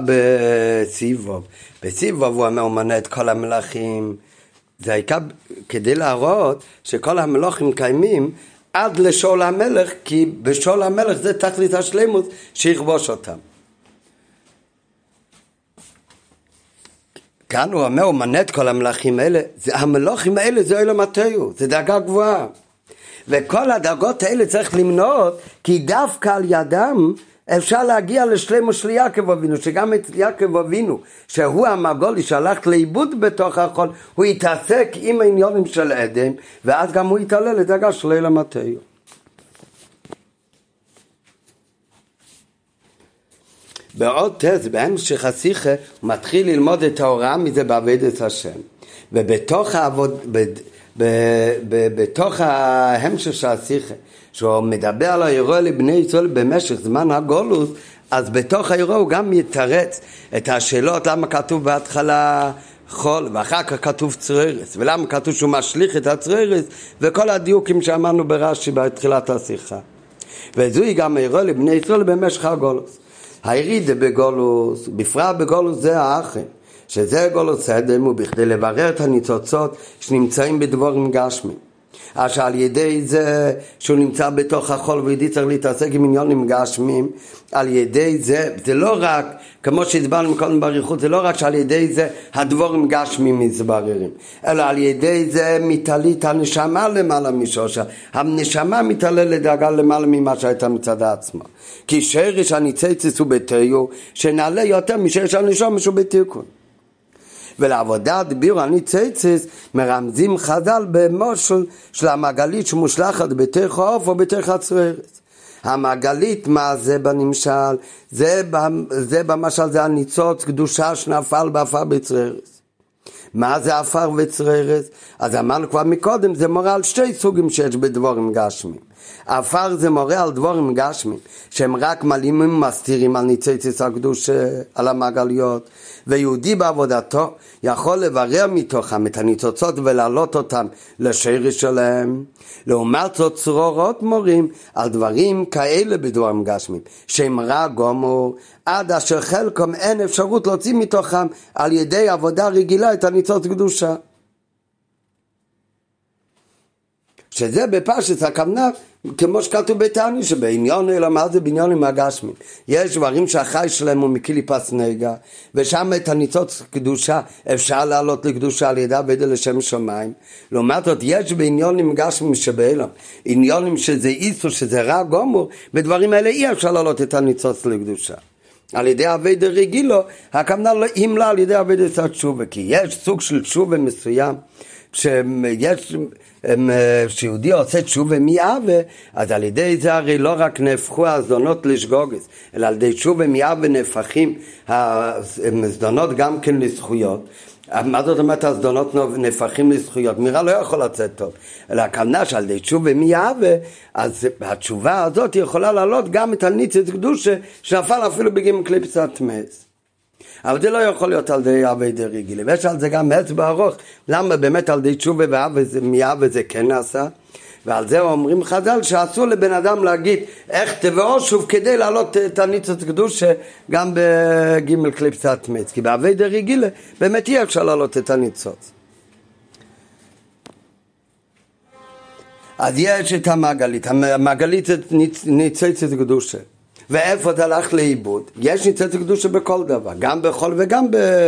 בסיבוב הוא אומר, הוא מנה את כל המלכים, זה העיקר כדי להראות שכל המלכים קיימים עד לשאול המלך, כי בשאול המלך זה תכלית השלמות שיכבוש אותם. כאן הוא אומר, הוא מנה את כל המלכים האלה, המלכים האלה זה אלה מתיו, זה דרגה גבוהה. וכל הדרגות האלה צריך למנות, כי דווקא על ידם אפשר להגיע לשלמות של יעקב אבינו, שגם את יעקב אבינו, שהוא המגולי שהלך לאיבוד בתוך החול, הוא יתעסק עם העניונים של אדם, ואז גם הוא יתעלה לדרגה של אלה מתיו. בעוד תז, בהמשך השיחה, הוא מתחיל ללמוד את ההוראה מזה בעבודת השם. ובתוך בתוך ההמשך של השיחה, שהוא מדבר על האירוע לבני ישראל במשך זמן הגולוס, אז בתוך האירוע הוא גם יתרץ את השאלות למה כתוב בהתחלה חול ואחר כך כתוב צררס, ולמה כתוב שהוא משליך את הצררס, וכל הדיוקים שאמרנו ברש"י בתחילת השיחה. וזוהי גם האירוע לבני ישראל במשך הגולוס. הירידה בגולוס, בפרט בגולוס זה האחר, שזה גולוס אדם, ובכדי לברר את הניצוצות שנמצאים בדבורים גשמיים. אשר על ידי זה שהוא נמצא בתוך החול וידי צריך להתעסק עם עניונים גשמיים, על ידי זה, זה לא רק, כמו שהסברנו קודם באריכות, זה לא רק שעל ידי זה הדבורים גשמיים מתבררים, אלא על ידי זה מתעלית הנשמה למעלה משורשה, הנשמה מתעלה לדרגה למעלה ממה שהייתה מצד עצמה, כי שרש הניצוץ הוא בתיו, שנעלה יותר משרש הנשמה שהוא בתיקון. ולעבודת ביור הניצוץ מרמזים חז"ל במושל של המעגלית שמושלכת בתוך העוף או בתוך הצררס. המעגלית, מה זה בנמשל? זה במשל זה הניצוץ קדושה שנפל באפר בצררס. מה זה אפר וצררס? אז אמרנו כבר מקודם, זה מורה על שתי סוגים שיש בדבורים גשמיים. אפר זה מורה על דבורים גשמיים שהם רק מלאימים מסתירים על ניצוץ הקדוש על המעגליות, ויהודי בעבודתו יכול לברר מתוכם את הניצוצות ולהעלות אותם לשרש שלהם. לעומת זאת צרורות מורים על דברים כאלה בדבורים גשמיים שהם רע גמור, עד אשר חלקם אין אפשרות להוציא מתוכם על ידי עבודה רגילה את הניצוץ קדושה, שזה בפשט הכוונה כמו שכתוב בתענית שבעניון אלמה זה בעניונים הגשמיים, יש דברים שהחי שלהם הוא מקליפת נגע, ושם את הניצוץ קדושה אפשר לעלות לקדושה על ידי עבודה לשם שמיים. לעומת זאת יש בעניונים גשמיים שבעולם עניונים שזה איסור שזה רע גמור, בדברים האלה אי אפשר לעלות את הניצוץ לקדושה על ידי עבודה רגילה, הכוונה לא ימלה על ידי עבודת התשובה, כי יש סוג של תשובה מסוים שיש שיהודי עושה תשובה מאהבה, אז על ידי זה הרי לא רק נהפכו הזדונות לשגוגס, אלא על ידי תשובה מאהבה נהפכים הזדונות גם כן לזכויות. מה זאת אומרת הזדונות נהפכים לזכויות? מירה לא יכול לצאת טוב, אלא הכוונה שעל ידי תשובה מאהבה, אז התשובה הזאת יכולה לעלות גם את הניצוץ קדושה שנפל אפילו בגין קליפת מס. אבל זה לא יכול להיות על ידי עבודה רגילה, ויש על זה גם אצבע ארוך, למה באמת על ידי תשובה מאהבה זה כן נעשה? ועל זה אומרים חז"ל שאסור לבן אדם להגיד איך תבואו שוב כדי להעלות את הניצוץ קדושה גם בג' קליפת מת, כי בעבודה רגילה באמת אי אפשר להעלות את הניצוץ. אז יש את המעגלית, המעגלית זה ניצוץ קדושה, ואיפה זה הלך לאיבוד? יש ניצוץ קדושה בכל דבר, גם בחול וגם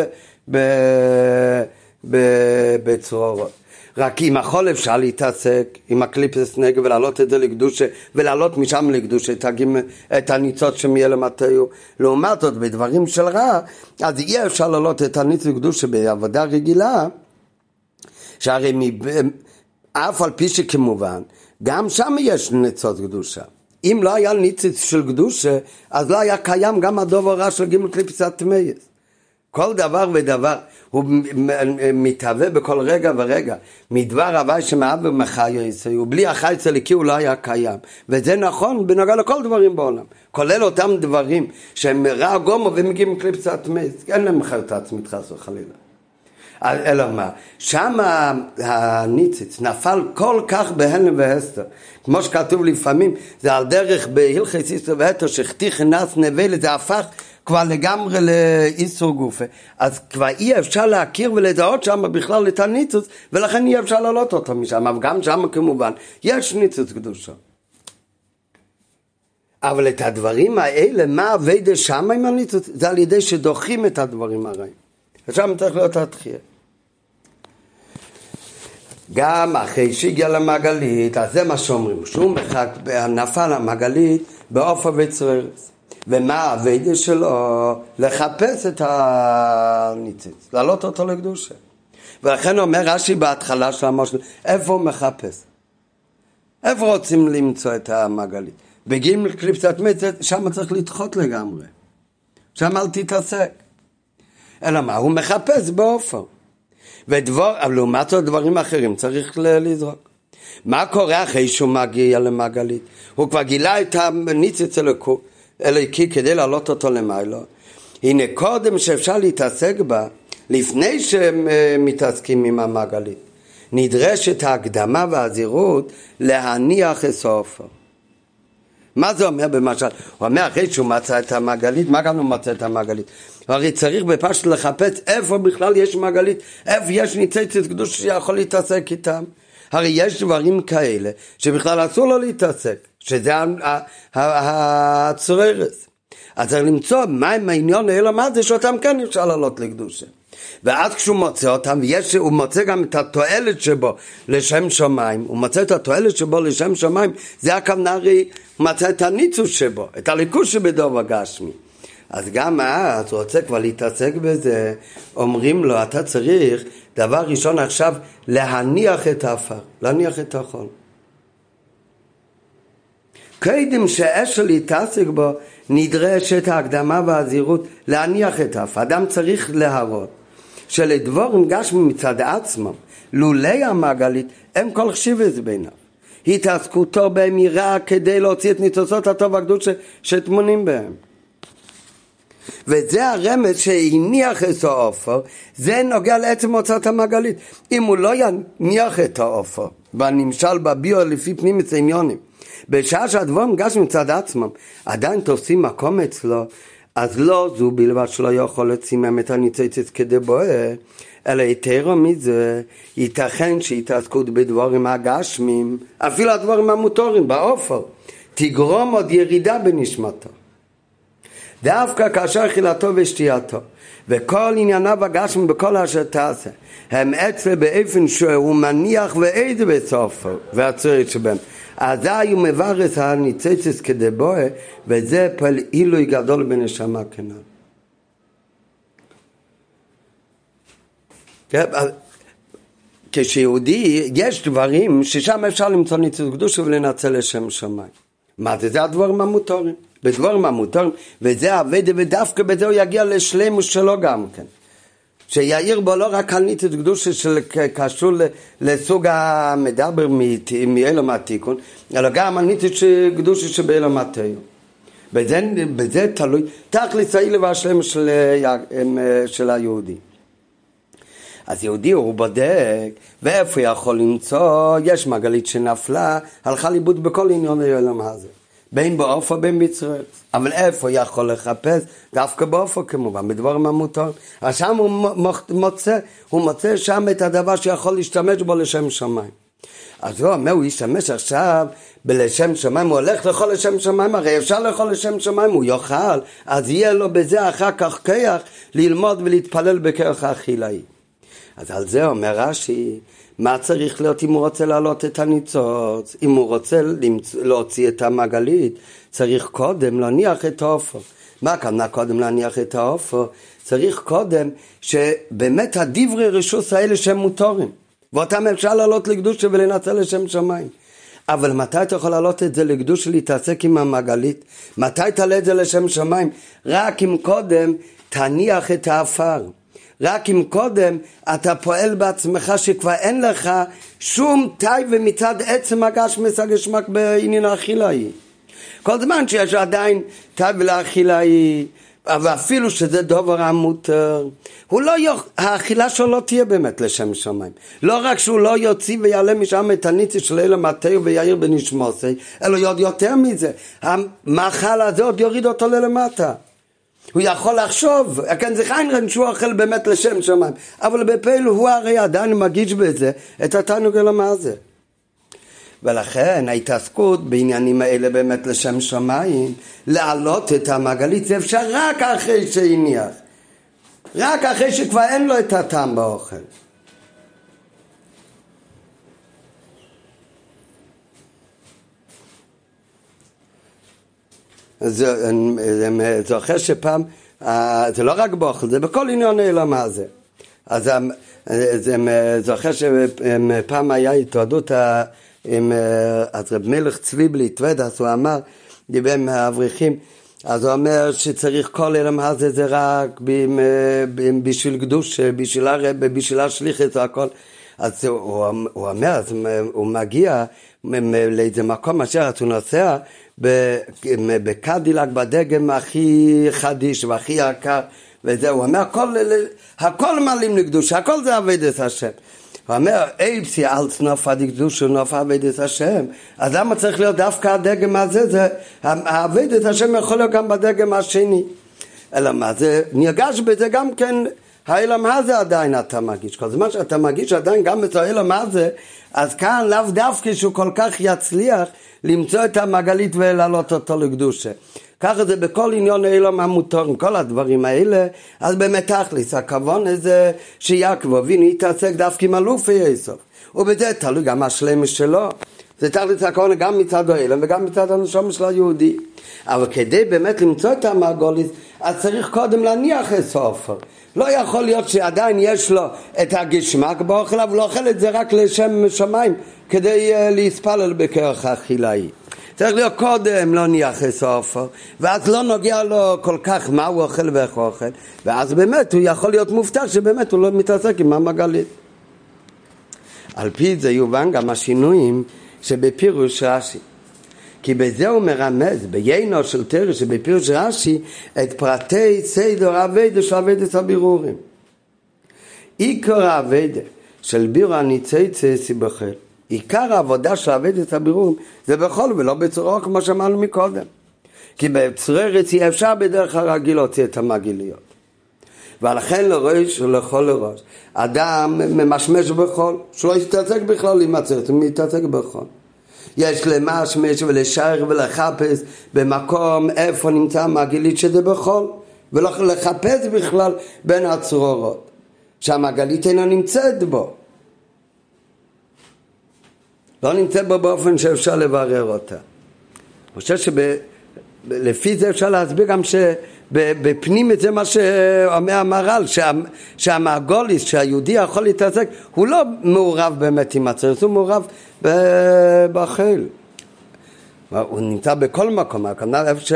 בצרורות. רק עם החול אפשר להתעסק עם הקליפס נגב ולהעלות את זה לקדושה, ולהעלות משם לקדושה את הניצוץ שמיה למטהו. לעומת זאת בדברים של רע, אז אי אפשר להעלות את הניצוץ לקדושה בעבודה רגילה, שהרי אף על פי שכמובן גם שם יש ניצוץ קדושה. אם לא היה ניצוץ של קדושה, אז לא היה קיים גם הדבר רע של ג' קליפת מייס. כל דבר ודבר הוא מתהווה בכל רגע ורגע, מדבר הווי שמעבר מחייס, ובלי החייס הליקי הוא לא היה קיים, וזה נכון בנוגע לכל דברים בעולם, כולל אותם דברים שהם רע גומו ומגיעים קליפת מייס, אין להם חיות עצמית חס וחלילה. אלא מה? שם הניצוץ נפל כל כך בהלם והסתר, כמו שכתוב לפעמים, זה על דרך בהלכות איסור והתר, שחתיך נס נבלה, זה הפך כבר לגמרי לאיסור גופה, אז כבר אי אפשר להכיר ולזהות שם בכלל את הניצוץ, ולכן אי אפשר לעלות אותו משם, אבל גם שם כמובן יש ניצוץ קדושה. אבל את הדברים האלה, מה עבודה שם עם הניצוץ? זה על ידי שדוחים את הדברים הרעים. ושם צריך להיות התחייה. גם אחרי שהגיע למעגלית, אז זה מה שאומרים, שהוא נפל למעגלית באופן וצררס. ומה העבודה שלו? לחפש את הניצוץ, להעלות אותו לקדושה. ולכן אומר רש"י בהתחלה של המשל, איפה הוא מחפש? איפה רוצים למצוא את המעגלית? בג' קליפת מת, שם צריך לדחות לגמרי. שם אל תתעסק. אלא מה? הוא מחפש באופן. אבל לעומת זאת דברים אחרים צריך לזרוק. מה קורה אחרי שהוא מגיע למעגלית? הוא כבר גילה את הניצוץ אלוקי כדי להעלות אותו למיילו. הנה קודם שאפשר להתעסק בה, לפני שמתעסקים עם המעגלית, נדרשת ההקדמה והזהירות להניח הסוף. מה זה אומר במשל? הוא אומר אחרי שהוא מצא את המעגלית, מה גם הוא מצא את המעגלית? הרי צריך בפשט לחפש איפה בכלל יש מעגלית, איפה יש ניצוץ קדושה שיכול להתעסק איתם. הרי יש דברים כאלה שבכלל אסור לו להתעסק, שזה הצוררס. אז צריך למצוא מה עם העניין האלה, מה זה שאותם כן אפשר לעלות לקדושה. ואז כשהוא מוצא אותם, הוא מוצא גם את התועלת שבו לשם שמיים, הוא מוצא את התועלת שבו לשם שמיים, זה הכוונה הרי, הוא מצא את הניצוץ שבו, את הליכוז שבדור הגשמי. אז גם אז הוא רוצה כבר להתעסק בזה, אומרים לו, אתה צריך דבר ראשון עכשיו להניח את האפר, להניח את החול. קודם שאשר להתעסק בו, נדרשת ההקדמה והזהירות להניח את האפר. אדם צריך להראות שלדבורים גשמיים מצד עצמם, לולי המעגלית, הם כל חשיבות בעיניו. התעסקותו באמירה כדי להוציא את ניצוצות הטוב והקדוש שטמונים בהם. וזה הרמז שהניח את האופר, זה נוגע לעצם הוצאת המעגלית. אם הוא לא יניח את האופר, והנמשל בביו לפי פנים עניונים, בשעה שהדברים גשמיים מצד עצמם, עדיין תופסים מקום אצלו, אז לא זו בלבד שלא יכול לצימם את הניצוץ כדי בוער, אלא יתרו מזה, ייתכן שהתעסקות בדברים הגשמיים, אפילו הדברים המותרים באופר, תגרום עוד ירידה בנשמתו. דווקא כאשר אכילתו ושתייתו, וכל ענייניו הגשמיים בכל אשר תעשה, הם אצל באופן שהוא מניח ועד בסופו, והצורת שבהם. אזי הוא מברך הניצוץ כדי בוער, וזה פועל עילוי גדול בנשמה כנ"ל. כשיהודי יש דברים ששם אפשר למצוא ניצוץ קדושה ולנצל לשם שמיים. מה זה? זה הדברים המותרים. בדברים המותרים, וזה עבודה, ודווקא בזה הוא יגיע לשלמות שלו גם כן. שיעיר בו לא רק על ניצוץ קדושה שקשור לסוג המדבר מאלם התיקון, אלא גם על ניצוץ קדושה שבאלם התיו. בזה תלוי תכלס העילוי והשלמות של היהודי. אז יהודי הוא בודק, ואיפה יכול למצוא, יש מעגלית שנפלה, הלכה לאיבוד בכל עניין העולם הזה. בין באופו בין בצרס. אבל איפה יכול לחפש? דווקא באופו כמובן, בדברים המותרים. אז שם הוא מוצא שם את הדבר שיכול להשתמש בו לשם שמיים. אז הוא אומר, הוא ישתמש עכשיו בלשם שמיים, הוא הולך לאכול לשם שמיים, הרי אפשר לאכול לשם שמיים, הוא יאכל, אז יהיה לו בזה אחר כך כיח ללמוד ולהתפלל בכרך האכילאי. אז על זה אומר רש"י, מה צריך להיות אם הוא רוצה להעלות את הניצוץ? אם הוא רוצה להוציא את המעגלית, צריך קודם להניח את האופו. מה הכוונה קודם להניח את האופו? צריך קודם שבאמת הדברי רשוס האלה שהם מותרים, ואותם אפשר לעלות לקדושה ולנצל לשם שמיים. אבל מתי אתה יכול לעלות את זה לקדושה להתעסק עם המעגלית? מתי תעלה את זה לשם שמיים? רק אם קודם תניח את האפר. רק אם קודם אתה פועל בעצמך שכבר אין לך שום תאי ומצד עצם הגשמס הגשמק בעניין האכילאי. כל זמן שיש עדיין תאי ולאכילאי, אבל אפילו שזה דובר המותר, האכילה שלו לא תהיה באמת לשם שמיים. לא רק שהוא לא יוציא ויעלה משם את הניצי של אלה מטהו ויעיר בנשמוסי, אלא עוד יותר מזה, המאכל הזה עוד יוריד אותו ללמטה. הוא יכול לחשוב, כן זה חיינרן שהוא אוכל באמת לשם שמיים, אבל בפעיל הוא הרי עדיין מגיש בזה את התענוג אלמה הזה. ולכן ההתעסקות בעניינים האלה באמת לשם שמיים, להעלות את המעגלית, זה אפשר רק אחרי שהניח, רק אחרי שכבר אין לו את הטעם באוכל. זה זוכר שפעם, זה לא רק באוכל, זה בכל עניין העולם הזה. אז זה זוכר שפעם היה התועדות אז רב מלך צבי בליטווד, אז הוא אמר, דיבר מהאברכים, אז הוא אומר שצריך כל עולם הזה זה רק בשביל קדוש, בשביל הרב, בשביל השליחת והכל. אז הוא אומר, אז הוא מגיע לאיזה מקום אשר אז הוא נוסע בקדילק בדגם הכי חדיש והכי יקר, וזה הוא אומר, הכל מעלים לקדוש, הכל זה עבודת השם. הוא אומר, אייפסי על צנוף הדקדוש ונוף עבודת השם, אז למה צריך להיות דווקא הדגם הזה? עבודת השם יכול להיות גם בדגם השני. אלא מה זה? נרגש בזה גם כן, העולם הזה עדיין אתה מגיש. כל זמן שאתה מגיש עדיין גם את העולם הזה, אז כאן לאו דווקא שהוא כל כך יצליח למצוא את המעגלית ולעלות אותו לקדושה. ככה זה בכל עניין העולם המותרים, כל הדברים האלה. אז באמת תכלס, הכוון הזה שיעקב אבינו יתעסק דווקא עם אלופי יסוף, ובזה תלוי גם השלמה שלו. זה תכלס הכוון גם מצד העולם וגם מצד הנשמה של היהודי. אבל כדי באמת למצוא את המעגלית, אז צריך קודם להניח את סופר. לא יכול להיות שעדיין יש לו את הגשמק באוכל, אבל הוא אוכל את זה רק לשם שמיים, כדי להספלל בכרך האכילאי. צריך להיות קודם לא ניח סופר, ואז לא נוגע לו כל כך מה הוא אוכל ואיך הוא אוכל, ואז באמת הוא יכול להיות מופתע שבאמת הוא לא מתעסק עם המעגלית. על פי זה יובן גם השינויים שבפירוש רש"י, כי בזה הוא מרמז בעיינו של תורה שבפירוש רש"י את פרטי סדר העבודה של עבודת הבירורים. עיקר העבודה של בירור הניצוצות בחול, עיקר העבודה של עבודת הבירורים זה בחול ולא בצורה כמו שאמרנו מקודם, כי בצררת אי אפשר בדרך הרגיל להוציא את המעגליות, ולכן לראש ולכל לראש אדם ממשמש בחול, שלא יתעסק בכלל עם הצררת, הוא מתעסק בחול. יש למשמש ולשער ולחפש במקום איפה נמצא המעגלית שזה בחול, ולחפש בכלל בין הצרורות שהמעגלית אינה נמצאת בו, לא נמצאת בו באופן שאפשר לברר אותה. אני חושב שלפי זה אפשר להסביר גם שבפנים את זה מה שאומר המהר"ל, שהמעגלית שהיהודי יכול להתעסק הוא לא מעורב באמת עם הצררת, הוא מעורב באוכל. הוא נמצא בכל מקום, כנראה איפה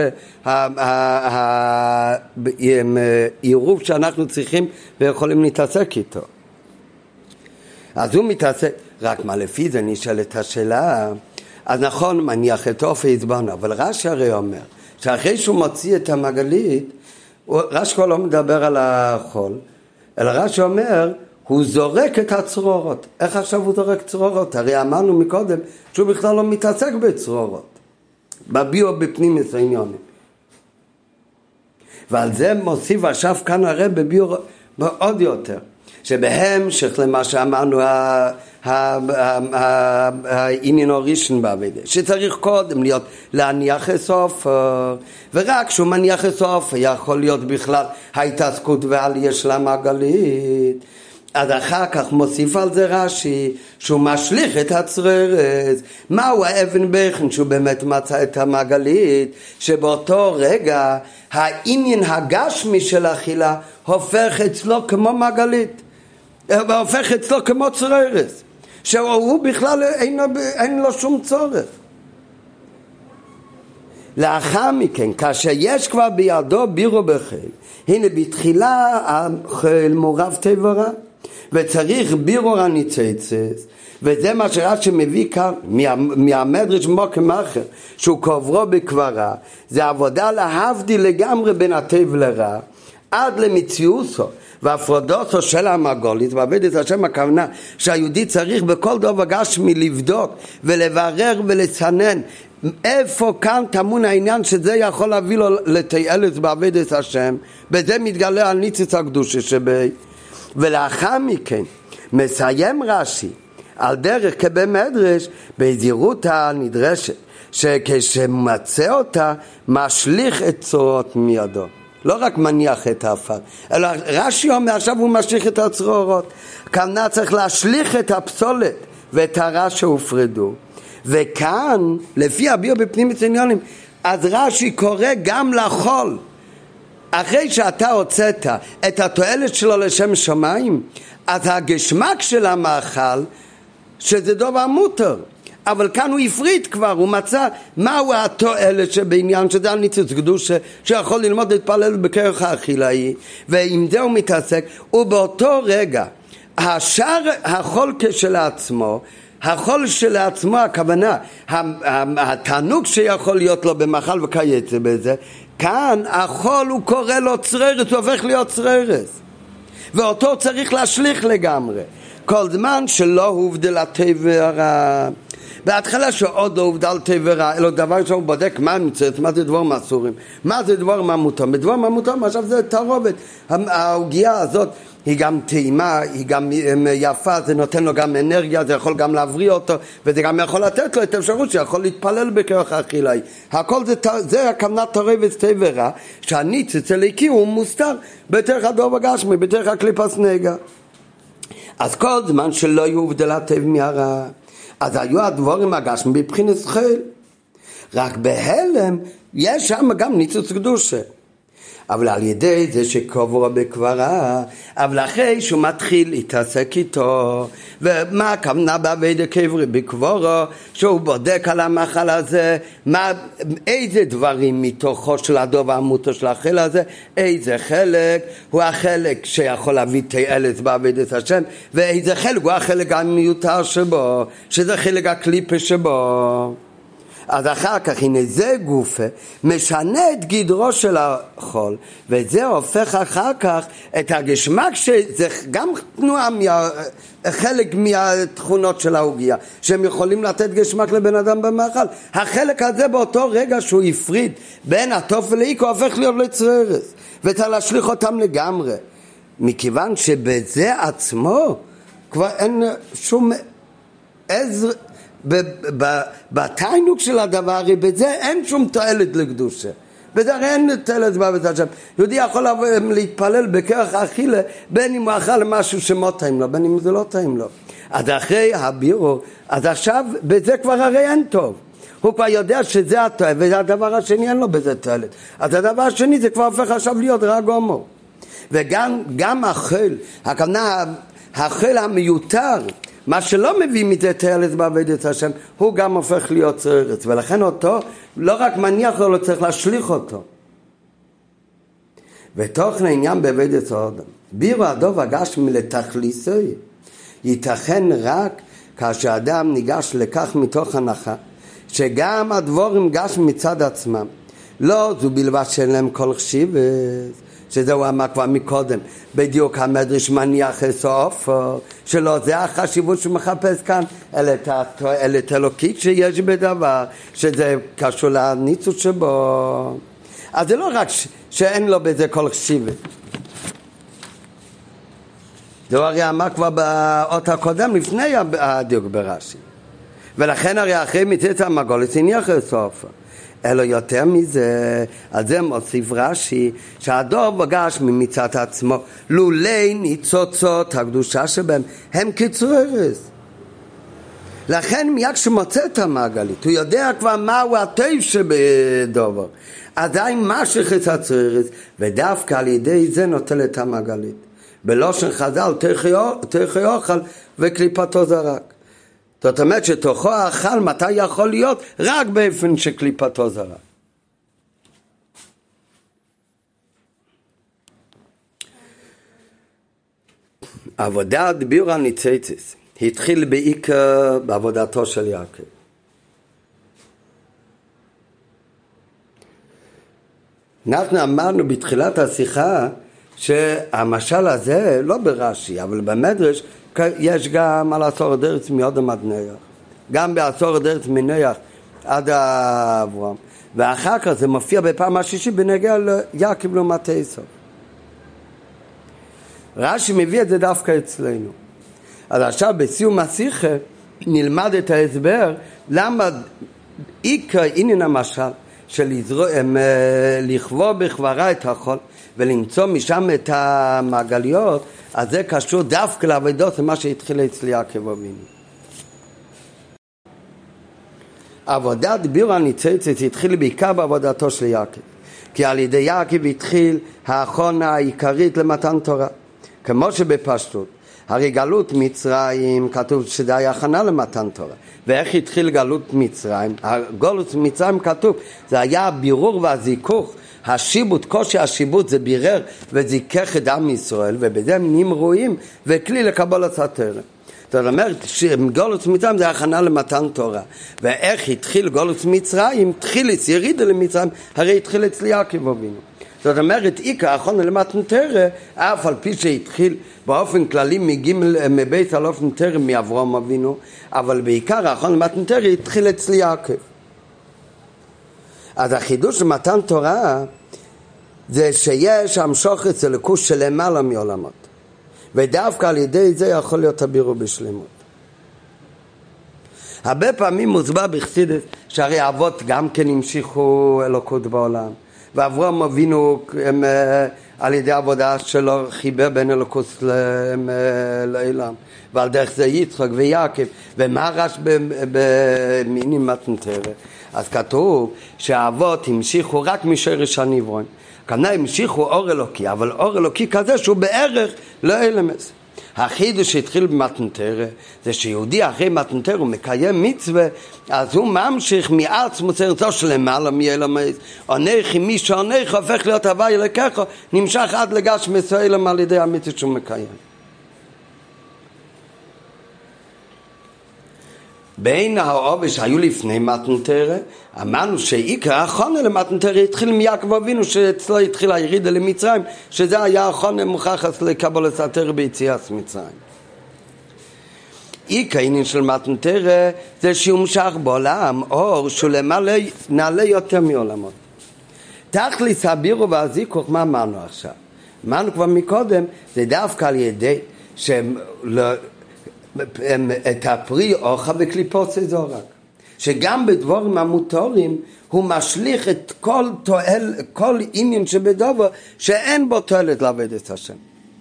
שהעירוב שאנחנו צריכים ויכולים להתעסק איתו. אז הוא מתעסק, רק מה לפי זה נשאלת השאלה, אז נכון מניח את אופי הסברנו, אבל רש"י הרי אומר שאחרי שהוא מוציא את המעגלית, רש"י לא מדבר על החול, אלא רש"י אומר הוא זורק את הצרורות. איך עכשיו הוא זורק צרורות? הרי אמרנו מקודם שהוא בכלל לא מתעסק בצרורות. בביו בפנימיות העניונים. ועל זה מוסיף עכשיו כאן הרב בביו עוד יותר. שבהמשך למה שאמרנו העניין הראשון בעבודה, שצריך קודם להיות להניח הסופר, ורק כשהוא מניח הסופר יכול להיות בכלל ההתעסקות ועלייה של המעגלית. אז אחר כך מוסיף על זה רש"י שהוא משליך את הצררת. מהו האבן בכן? שהוא באמת מצא את המעגלית, שבאותו רגע העניין הגשמי של האכילה הופך אצלו כמו מעגלית, הופך אצלו כמו צררת, שהוא בכלל אין לו שום צורך. לאחר מכן, כאשר יש כבר בידו בירו בחיל, הנה בתחילה החיל מעורב טבע רע, וצריך בירור הניצוצות, וזה מה שרש"י מביא כאן מהמדרש מוקם אחר, שהוא קוברו בקברה. זה עבודה להבדיל לגמרי בין הטוב לרע, עד למציאוסו והפרדוסו של המעגלית. ועבודת השם הכוונה שהיהודי צריך בכל דבר גשמי לבדוק ולברר ולסנן איפה כאן טמון העניין שזה יכול להביא לו לתועלת בעבודת השם. בזה מתגלה הניצוץ הקדושה שבי. ולאחר מכן מסיים רש"י על דרך כבמדרש בזהירות הנדרשת, שכשמצא אותה משליך את צרורות מידו, לא רק מניח את האפר, אלא רש"י אומר עכשיו הוא משליך את הצרורות. כמובן צריך להשליך את הפסולת ואת הרע שהופרדו. וכאן לפי הביאו בפנימיות העניונים, אז רש"י קורא גם לחול, אחרי שאתה הוצאת את התועלת שלו לשם שמיים, אז הגשמק של המאכל שזה דבר מותר, אבל כאן הוא הפריד כבר, הוא מצא מהו התועלת שבעניין, שזה הניצוץ קדושה שיכול ללמוד להתפלל בכרך האכילאי, ועם זה הוא מתעסק. ובאותו רגע השאר החול כשלעצמו, החול שלעצמו הכוונה התענוג שיכול להיות לו במאכל וכייצא בזה, כאן החול הוא קורא לו צררת, הוא הופך להיות צררת, ואותו צריך להשליך לגמרי, כל זמן שלא הובדל הטבע הרע. בהתחלה שעוד לא הובדל טבע רע, אלא דבר שהוא בודק מה נמצאת, מה זה דבר מסורים, מה זה דבר מה מותר. בדבר מה מותר, עכשיו זה תערובת. העוגיה הזאת היא גם טעימה, היא גם יפה, זה נותן לו גם אנרגיה, זה יכול גם להבריא אותו, וזה גם יכול לתת לו את האפשרות שיכול להתפלל בכרך האכילאי. הכל זה הכוונה תערובת טבע רע, שהניצוץ אלוקי הוא מוסתר בתוך הדור הגשמי, בתוך הקליפת נגע. אז כל זמן שלא יובדל הטבע מהרע, אז היו הדבורים הגשמיים בבחינת חיל, רק בהלם יש שם גם ניצוץ קדושה. אבל על ידי זה שקוברו בקברה, אבל אחרי שהוא מתחיל להתעסק איתו, ומה הכוונה בעבודה קברי בקברו, שהוא בודק על המאכל הזה, איזה דברים מתוכו של הדוב המותר של החיל הזה, איזה חלק הוא החלק שיכול להביא תועלת בעבודת השם, ואיזה חלק הוא החלק המיותר שבו, שזה חלק הקליפה שבו. אז אחר כך הנה זה גופה משנה את גדרו של החול, וזה הופך אחר כך את הגשמק, שזה גם תנועה חלק מהתכונות של העוגיה שהם יכולים לתת גשמק לבן אדם במאכל. החלק הזה באותו רגע שהוא יפריד בין הטוב ולאיקו הופך להיות לצררת, וצריך להשליך אותם לגמרי, מכיוון שבזה עצמו כבר אין שום עזר בתיינוק של הדבר, בזה אין שום תועלת לקדושה, בזה אין תועלת בעבודת השם. יהודי יכול להתפלל בכרך האכילה בין אם הוא אכל משהו שמאוד טעים לו, בין אם זה לא טעים לו. אז אחרי הבירור, אז עכשיו בזה כבר הרי אין טוב, הוא כבר יודע שזה התועלת, וזה הדבר השני אין לו בזה תועלת. אז הדבר השני זה כבר הופך עכשיו להיות רע גמור. וגם החול, הכוונה החול המיותר, מה שלא מביא מזה תועלת בעבודת השם, הוא גם הופך להיות צררת, ולכן אותו לא רק מניח לו, צריך להשליך אותו. ותוכן העניין בעבודת האדם, בירו הדוב הגשמי לתכליתו, ייתכן רק כאשר אדם ניגש לכך מתוך הנחה שגם הדבורים גשמי מצד עצמם, לא זו בלבד שאין להם כל חשיבות, שזה הוא אמר כבר מקודם, בדיוק המדרש מניח סוף, שלא זה החשיבות שמחפש כאן, אלא את אלוקית שיש בדבר, שזה קשור לניצוץ שבו. אז זה לא רק שאין לו בזה כל חשיבות. זה הרי אמר כבר באות הקודם לפני הדיוק ברש"י. ולכן הרי אחרי מצאת המגולת הניח סוף. אלא יותר מזה, על זה מוסיף רש"י, שהדור בגש ממצאת עצמו, לולי ניצוצות הקדושה שבהם, הם קיצור ארז. לכן מיד כשמוצא את המעגלית, הוא יודע כבר מהו הטוב שבדובר. עדיין משך את הצרס, ודווקא על ידי זה נוטל את המעגלית. בלושן חז"ל, תרחי אוכל וקליפתו זרק. זאת אומרת שתוכו האכל מתי יכול להיות? רק באופן שקליפתו זרק. עבודת ביור הניצוצות התחיל בעיקר בעבודתו של יעקב. אנחנו אמרנו בתחילת השיחה שהמשל הזה לא ברש"י, אבל במדרש יש גם על עשור דרך מיודם עד נח, גם בעשור דרך מנח עד אברהם, ואחר כך זה מופיע בפעם השישית בנוגע ליעקב לעומת עשו. רש"י מביא את זה דווקא אצלנו. אז עכשיו בסיום השיחה נלמד את ההסבר למה עיקר עניין המשל של לכבוא בכברה את החול ולמצוא משם את המעגליות, אז זה קשור דווקא לעבודות למה שהתחיל אצל יעקב אבינו. עבודת ביור הניצוצות התחיל בעיקר בעבודתו של יעקב, כי על ידי יעקב התחיל ההכנה העיקרית למתן תורה, כמו שבפשטות הרי גלות מצרים כתוב שזה היה הכנה למתן תורה. ואיך התחיל גלות מצרים? גלות מצרים כתוב זה היה הבירור והזיכוך, השיבוט, קושי השיבוט זה בירר וזיכך את עם ישראל, ובזה הם נהיים רואים וכלי לקבלת התורה. זאת אומרת שגלות מצרים זה הכנה למתן תורה. ואיך התחיל גלות מצרים? התחיל את ירידה למצרים, הרי התחיל אצל יעקב אבינו. זאת אומרת, עיקר הכנה למתן תורה, אף על פי שהתחיל באופן כללי מבית על אופן תורה מאברהם אבינו, אבל בעיקר הכנה למתן תורה התחיל אצל יעקב. אז החידוש של מתן תורה זה שיש המשוך אצל לקוש של למעלה מעולמות, ודווקא על ידי זה יכול להיות הבירור בשלמות. הרבה פעמים מוסבר בחסידות שהרי אבות גם כן המשיכו אלוקות בעולם, ואברהם אבינו על ידי העבודה שלו חיבר בין אלוקות לעולם, ועל דרך זה יצחק ויעקב, ומה רש במינים מתן תורה? אז כתוב שהאבות המשיכו רק משורש הנברון, כנראה המשיכו אור אלוקי, אבל אור אלוקי כזה שהוא בערך לא אלמס. החידוש שהתחיל במתן תורה זה שיהודי אחרי מתן תורה הוא מקיים מצווה, אז הוא ממשיך מעצמו ארצו שלמעלה מאלמס, אנכי מי שאנכי הופך להיות הווי אלוקיך, נמשך עד לגשמי עולם על ידי המצווה שהוא מקיים. בין העובש שהיו לפני מתן תורה, אמרנו שעיקר הכנה למתן תורה התחיל מיעקב אבינו, שאצלו התחיל הירידה למצרים, שזה היה הכנה מוכחת לקבלת התורה ביציאת מצרים. עיקר העניין של מתן תורה זה שימשך בעולם אור שלמעלה נעלה יותר מעולמות. תכלס הבירור והזיכוך, מה אמרנו עכשיו? אמרנו כבר מקודם, זה דווקא על ידי את הפרי אוכל וקליפות זורק, שגם בדבורים המותרים הוא משליך את כל עניין שבדבר שאין בו תועלת לעבוד את השם.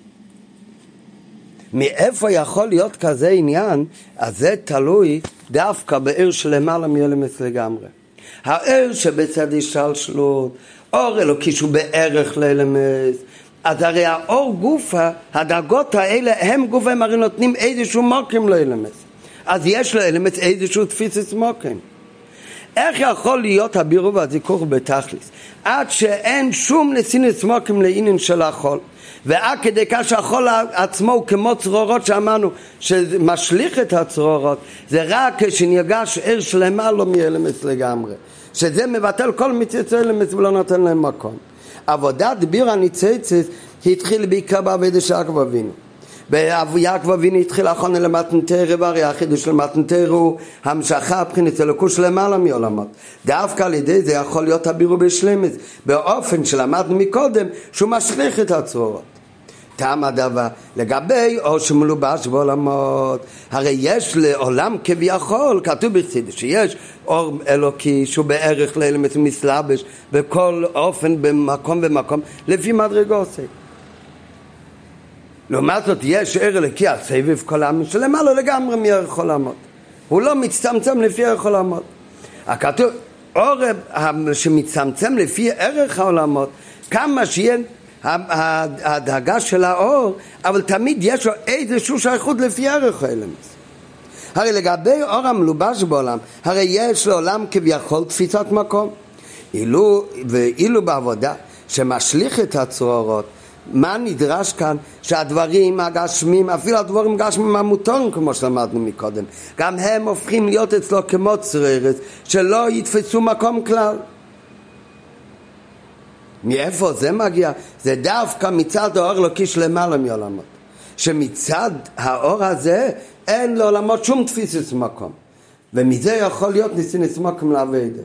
מאיפה יכול להיות כזה עניין? אז זה תלוי דווקא בעיר שלמעלה מאלמס לגמרי. העיר שבצד השתלשלות, אור אלוקי שהוא בערך לאלמס, אז הרי האור גופה, הדרגות האלה הם גופה, הם הרי נותנים איזשהו מוקם לאלמס. אז יש לאלמס איזשהו תפיסת מוקם. איך יכול להיות הבירור והזיכוך בתכלס? עד שאין שום נסינס מוקם לעניין של החול. ועד כדי כך שהחול עצמו הוא כמו צרורות שאמרנו, שמשליך את הצרורות, זה רק כשנרגש עיר שלמה לא מאלמס לגמרי. שזה מבטל כל מצוות אלמס ולא נותן להם מקום. עבודת בירו הניצוצות התחיל בעיקר בעבודה של יעקב אבינו. ויעקב אבינו התחיל הכנה למתן תורה, והרי החידוש של מתן תורה הוא המשכה מבחינת אלוקות למעלה מעולמות. דווקא על ידי זה יכול להיות הבירו בשלמות, באופן שלמדנו מקודם שהוא משליך את הצרורות. טעם הדבר לגבי אור שמלובש בעולמות, הרי יש לעולם כביכול, כתוב בחסידות שיש אור אלוקי שהוא בערך לאלמנט מסלבש בכל אופן במקום ומקום לפי מדרגות. לעומת זאת יש ערך אלוקי הסבב כל העם שלמעלה לגמרי מערך עולמות, הוא לא מצטמצם לפי ערך עולמות. הכתוב אור שמצטמצם לפי ערך העולמות, כמה שיהיה הדאגה של האור, אבל תמיד יש לו איזשהו שייכות לפי ערך האלמנט. הרי לגבי אור המלובש בעולם, הרי יש לעולם כביכול תפיסת מקום. ואילו בעבודה שמשליך את הצרורות, מה נדרש כאן? שהדברים הגשמים, אפילו הדברים הגשמים המותרים כמו שלמדנו מקודם, גם הם הופכים להיות אצלו כמו צרורות שלא יתפסו מקום כלל. מאיפה זה מגיע? זה דווקא מצד האור אלוקי שלמעלה מעולמות, שמצד האור הזה אין לעולמות שום תפיסת מקום, ומזה יכול להיות ניסינס מקום לעבודה.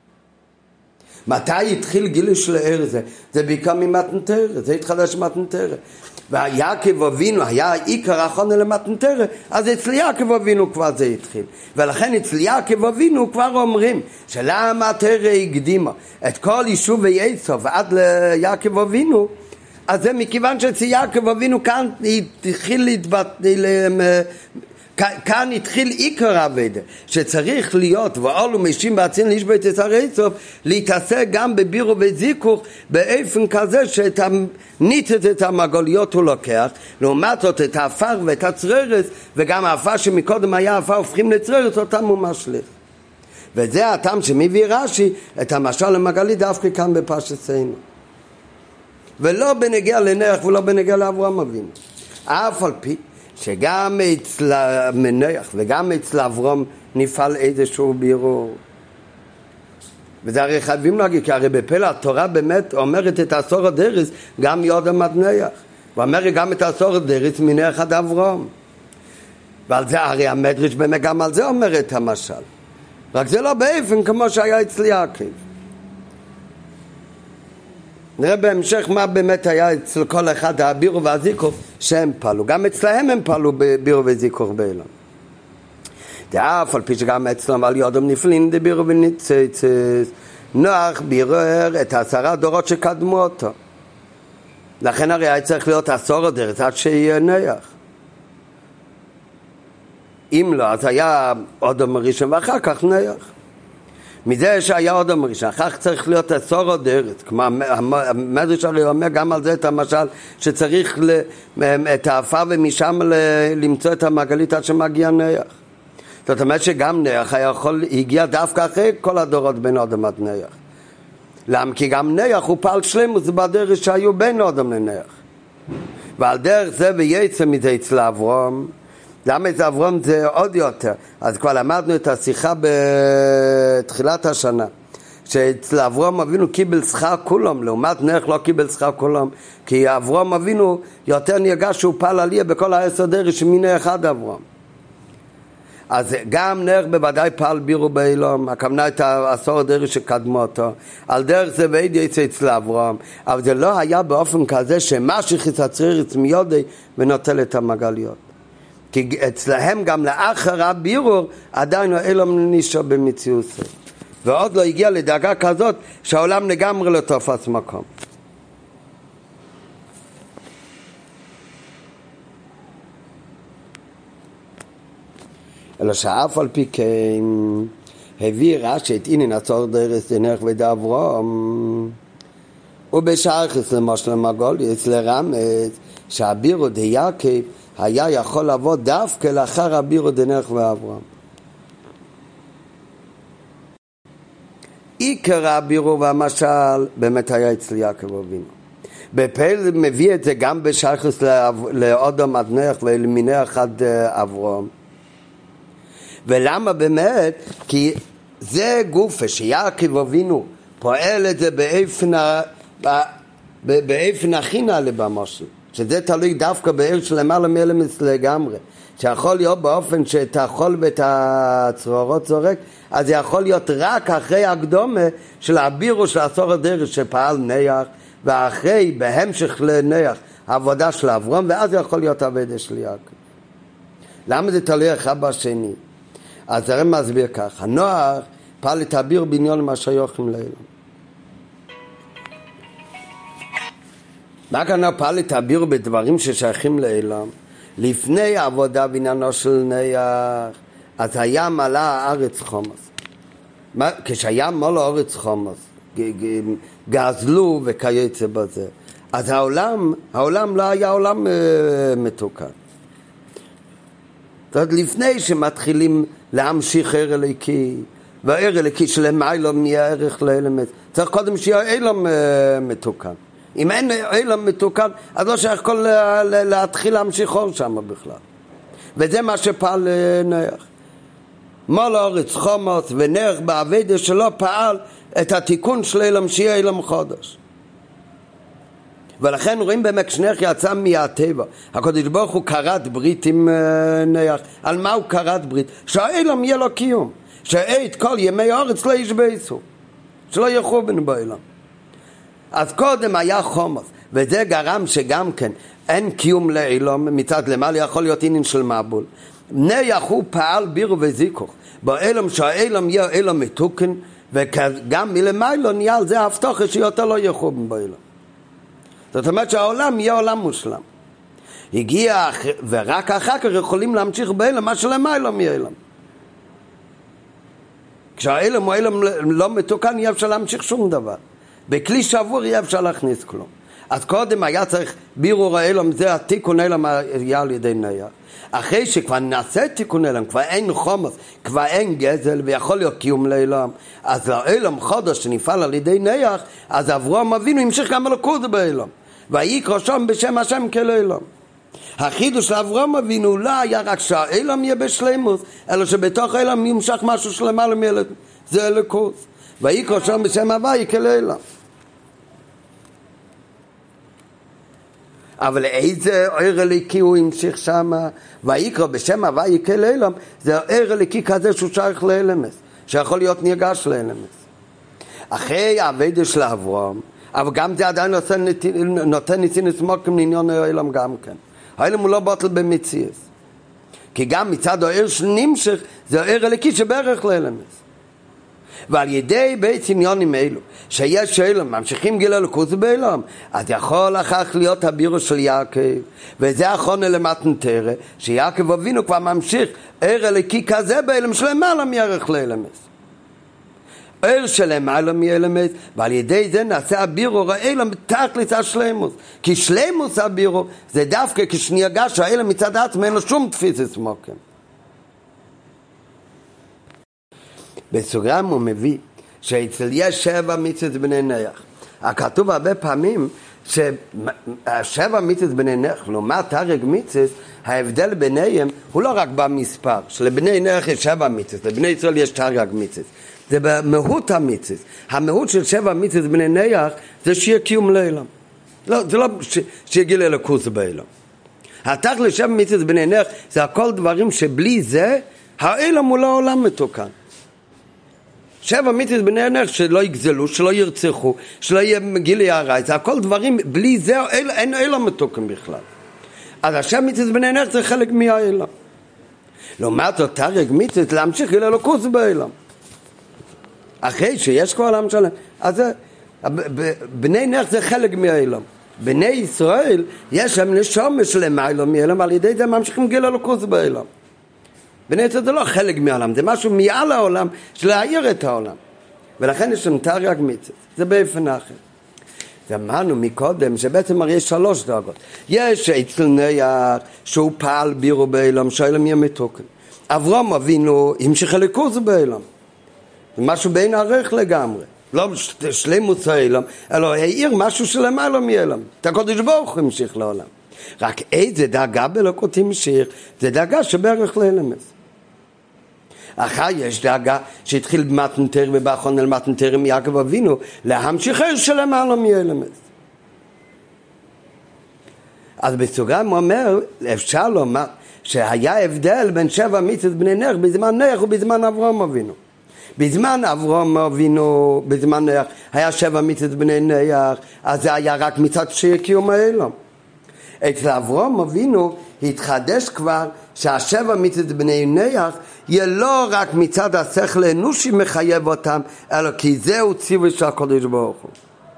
מתי התחיל גילוי של העיר הזה? זה בעיקר ממתן תורה, זה התחדש ממתן תורה. ויעקב אבינו היה עיקר הכנה למתן תורה, אז אצל יעקב אבינו כבר זה התחיל. ולכן אצל יעקב אבינו כבר אומרים שלמה תורה הקדימה את כל יישובי עשיו עד ליעקב אבינו, אז זה מכיוון שאצל יעקב אבינו כאן התחיל עיקר העבודה, שצריך להיות ואולו משים בעצין לשבות את הרצוף, להתעסק גם בבירו וזיכוך באופן כזה שניתת את המגוליות הוא לוקח, לעומת זאת את האפר ואת הצררת, וגם האפר שמקודם היה אפר הופכים לצררת, אותם הוא משליך. וזה הטעם שמביא רש"י את המשל למגלי דווקא כאן בפרשתנו, ולא בנגיע לנח ולא בנגיע לאברהם אבינו, אף על פי שגם אצל מנוח וגם אצל אברהם נפעל איזשהו בירור. וזה הרי חייבים להגיד, כי הרי בפלא התורה באמת אומרת את עשור הדרס גם יודם עד נח, ואומרת גם את עשור הדרס מנח עד אברהם. ועל זה הרי המדרש באמת גם על זה אומר את המשל, רק זה לא באופן כמו שהיה אצל יעקב. נראה בהמשך מה באמת היה אצל כל אחד הבירו והזיכוך שהם פעלו. גם אצלהם הם פעלו בבירו וזיכוך באילון. אף על פי שגם אצלם על יודם נפלין דבירו וניצוצות, נוח בירר את 10 דורות שקדמו אותו. לכן הרי היה צריך להיות 10 דורות עד שיהיה נוח. אם לא, אז היה אדם ראשון ואחר כך נוח. מזה שהיה אדם ראשון, אחר כך צריך להיות 10 דורות, כמו המדרש הרי אומר גם על זה את המשל, שצריך את האפר ומשם למצוא את המעגלית עד שמגיע נוח. זאת אומרת שגם נוח הגיע דווקא אחרי כל הדורות בין אדם עד נוח. למה? כי גם נוח הוא פעל שלמות בדרך שהיו בין אדם לנוח. ועל דרך זה ויצא מזה אצל אברהם. למה אצל אברהם זה עוד יותר? אז כבר למדנו את השיחה בתחילת השנה, שאצל אברהם אבינו קיבל שכר כולם, לעומת נוח לא קיבל שכר כולם, כי אברהם אבינו יותר נרגש שהוא פעל עליה בכל 10 דורות שמנוח עד אברהם. אז גם נוח בוודאי פעל בירו באילום, הכוונה את 10 דורות שקדמו אותו, על דרך זה ועד יצא אצל אברהם, אבל זה לא היה באופן כזה שמשך את הצררת מיודי ונוטל את המגליות. כי אצלהם גם לאחר הבירור עדיין האילום נשאר במציאות, ועוד לא הגיע לדאגה כזאת שהעולם לגמרי לא תופס מקום. אלא שאף על פי כן הביא רש"י את עניין הצור דרס דנך ודאברהם, ובשייכות למשל למגוליוס לרמז שהבירו דיעקב היה יכול לבוא דווקא לאחר הבירו דנך ואברהם. עיקר הבירו והמשל באמת היה אצל יעקב אבינו. בפעיל מביא את זה גם בשייכות לאדם עד נח ולמנח עד אברהם. ולמה באמת? כי זה גופה שיעקב אבינו פועל את זה באופן באיפן הכי נעלה במושל, שזה תלוי דווקא בעיר שלמעלה מאלמס לגמרי, שיכול להיות באופן שאת החול ואת הצרורות זורק, אז זה יכול להיות רק אחרי הקדומה של הבירו של עשור הדרך שפעל נח, ואחרי בהמשך לנח העבודה של אברהם, ואז זה יכול להיות עבודה של יעקב. למה זה תלוי אחד בשני? אז הרב מסביר ככה, נוח פעל את הבירו בעניין מה שיוכים לאלם. מה כאן פעל את הבירו בדברים ששייכים לאלם? לפני העבודה בעניינו של נח, אז היה מלא הארץ חומוס. כשהיה מלא הארץ חומוס, גזלו וכיוצא בזה, אז העולם לא היה עולם מתוקן. זאת אומרת, לפני שמתחילים להמשיך ער אלוקי, והער אלוקי שלמיילו נהיה ערך לאלמס, צריך קודם שיהיה עולם מתוקן. אם אין עולם מתוקן, אז לא שייך כל להתחיל להמשיך אור שם בכלל. וזה מה שפעל נח. מלא הארץ חומוס ונח בעבודה שלא פעל את התיקון של עולם שיהיה עולם חודש. ולכן רואים באמת שנח יצא מהטבע. הקדוש ברוך הוא כרת ברית עם נח. על מה הוא כרת ברית? שהעולם יהיה לו קיום. שאת כל ימי הארץ לא ישבצו. שלא יחובן בעולם. אז קודם היה חומוס, וזה גרם שגם כן אין קיום לעולם, מצד למעלה יכול להיות עניין של מבול. נח הוא פעל בירו וזיכוך, בעולם שהעולם יהיה עולם מתוקן, וגם מלמיילו נהיה על זה ההבטחה שיותר לא יחובן בעולם. זאת אומרת שהעולם יהיה עולם מושלם. הגיע, ורק אחר כך יכולים להמשיך בעולם, מה שלמיילו מעולם. כשהעולם הוא עולם לא מתוקן, יהיה אפשר להמשיך שום דבר. בכלי שבור יהיה אפשר להכניס כלום. אז קודם היה צריך בירור העולם, זה התיקון העולם היה על ידי נח. אחרי שכבר נעשה תיקון העולם, כבר אין חומוס, כבר אין גזל ויכול להיות קיום לעולם, אז העולם חודש שנפעל על ידי נח, אז אברהם אבינו המשיך גם אלוקות בעולם, ויקרא שם בשם השם כלעולם. החידוש של אברהם אבינו לא היה רק שהעולם יהיה בשלמות, אלא שבתוך העולם ימשך משהו שלמעלה מילד, זה אלוקות. ויקרא שם בשם הוואי כלעולם. אבל איזה ער אלוקי הוא המשיך שם? ויקרא בשם הוואי כלעולם, זה ער אלוקי כזה שהוא שייך לאלמס, שיכול להיות ניגש לאלמס. אחרי העבודה של אברהם, אבל גם זה עדיין נותן ניסים לסמוקים לעניין העולם גם כן. העולם הוא לא בוטל במציאות. כי גם מצד הער שנמשך, זה ער אלוקי שבערך לאלמס. ועל ידי בית עניונים אלו שיש אלם ממשיכים גיל אלוקות בעולם, אז יכול אחר להיות הבירו של יעקב, וזה אחרונה למתן תורה שיעקב אבינו כבר ממשיך ער אלוקי כזה בעולם שלמעלה מערך לאלמס, ער שלמעלה מאלמס, ועל ידי זה נעשה הבירו האלם תכלית השלמוס, כי שלמוס הבירו זה דווקא כשניגש האלם מצד עצמו אין לו שום תפיסת מוקם. בסוגרם הוא מביא שאצל יש 7 מצוות בני נח. הכתוב הרבה פעמים ש7 מצוות בני נח, לעומת הרג מצוות, ההבדל ביניהם הוא לא רק במספר, שלבני נח יש 7 מצוות, לבני ישראל יש תרי"ג מצוות. זה במהות המצוות. המהות של 7 מצוות בני נח זה שיהיה קיום לעולם. לא, זה לא שיגיע לאלוקות בעולם. התכלית 7 מצוות בני נח זה הכל דברים שבלי זה העולם הוא לא עולם מתוקן. 7 מצוות בני נח שלא יגזלו, שלא ירצחו, שלא יהיה גילי הרע, זה הכל דברים, בלי זה אין עולם מתוקן בכלל. אז 7 מצוות בני נח זה חלק מהעולם. לעומת זאת תרי"ג מצוות להמשיך לאלוקות בעולם. אחרי שיש כבר עולם שלם, אז בני נח זה חלק מהעולם. בני ישראל יש להם נשמה שלמה מעולם, על ידי זה ממשיכים גיל אלוקות בעולם. בני ישראל זה לא חלק מהעולם, זה משהו מעל העולם של להעיר את העולם, ולכן יש שם תרי"ג מצוות, זה באופן אחר. אמרנו מקודם שבעצם הרי יש 3 דרגות. יש אצל נח שהוא פעל בירו בעולם שהעולם יהיה מתוקן, אברהם אבינו המשיך אלוקות בעולם, זה משהו בין ערך לגמרי, לא שלמות העולם, אלא העיר משהו שלמעלה מעולם, את הקדוש ברוך הוא המשיך לעולם. רק איזה דאגה באלוקות המשיך, זה דאגה שבערך לאלמס. אחר יש דאגה שהתחיל במתנתר ובאחרון אל מתנתר מיעקב אבינו להמשיכר שלם הלאה מאילמת. אז בסוגריים הוא אומר, אפשר לומר שהיה הבדל בין 7 מצוות בני נח בזמן נח ובזמן אברהם אבינו. בזמן אברהם אבינו, בזמן נח, היה 7 מצוות בני נח, אז זה היה רק מצד קיום העולם. אצל אברהם אבינו התחדש כבר שה7 מצוות בני נח יהיה לא רק מצד השכל האנושי מחייב אותם, אלא כי זהו ציווי של הקדוש ברוך הוא.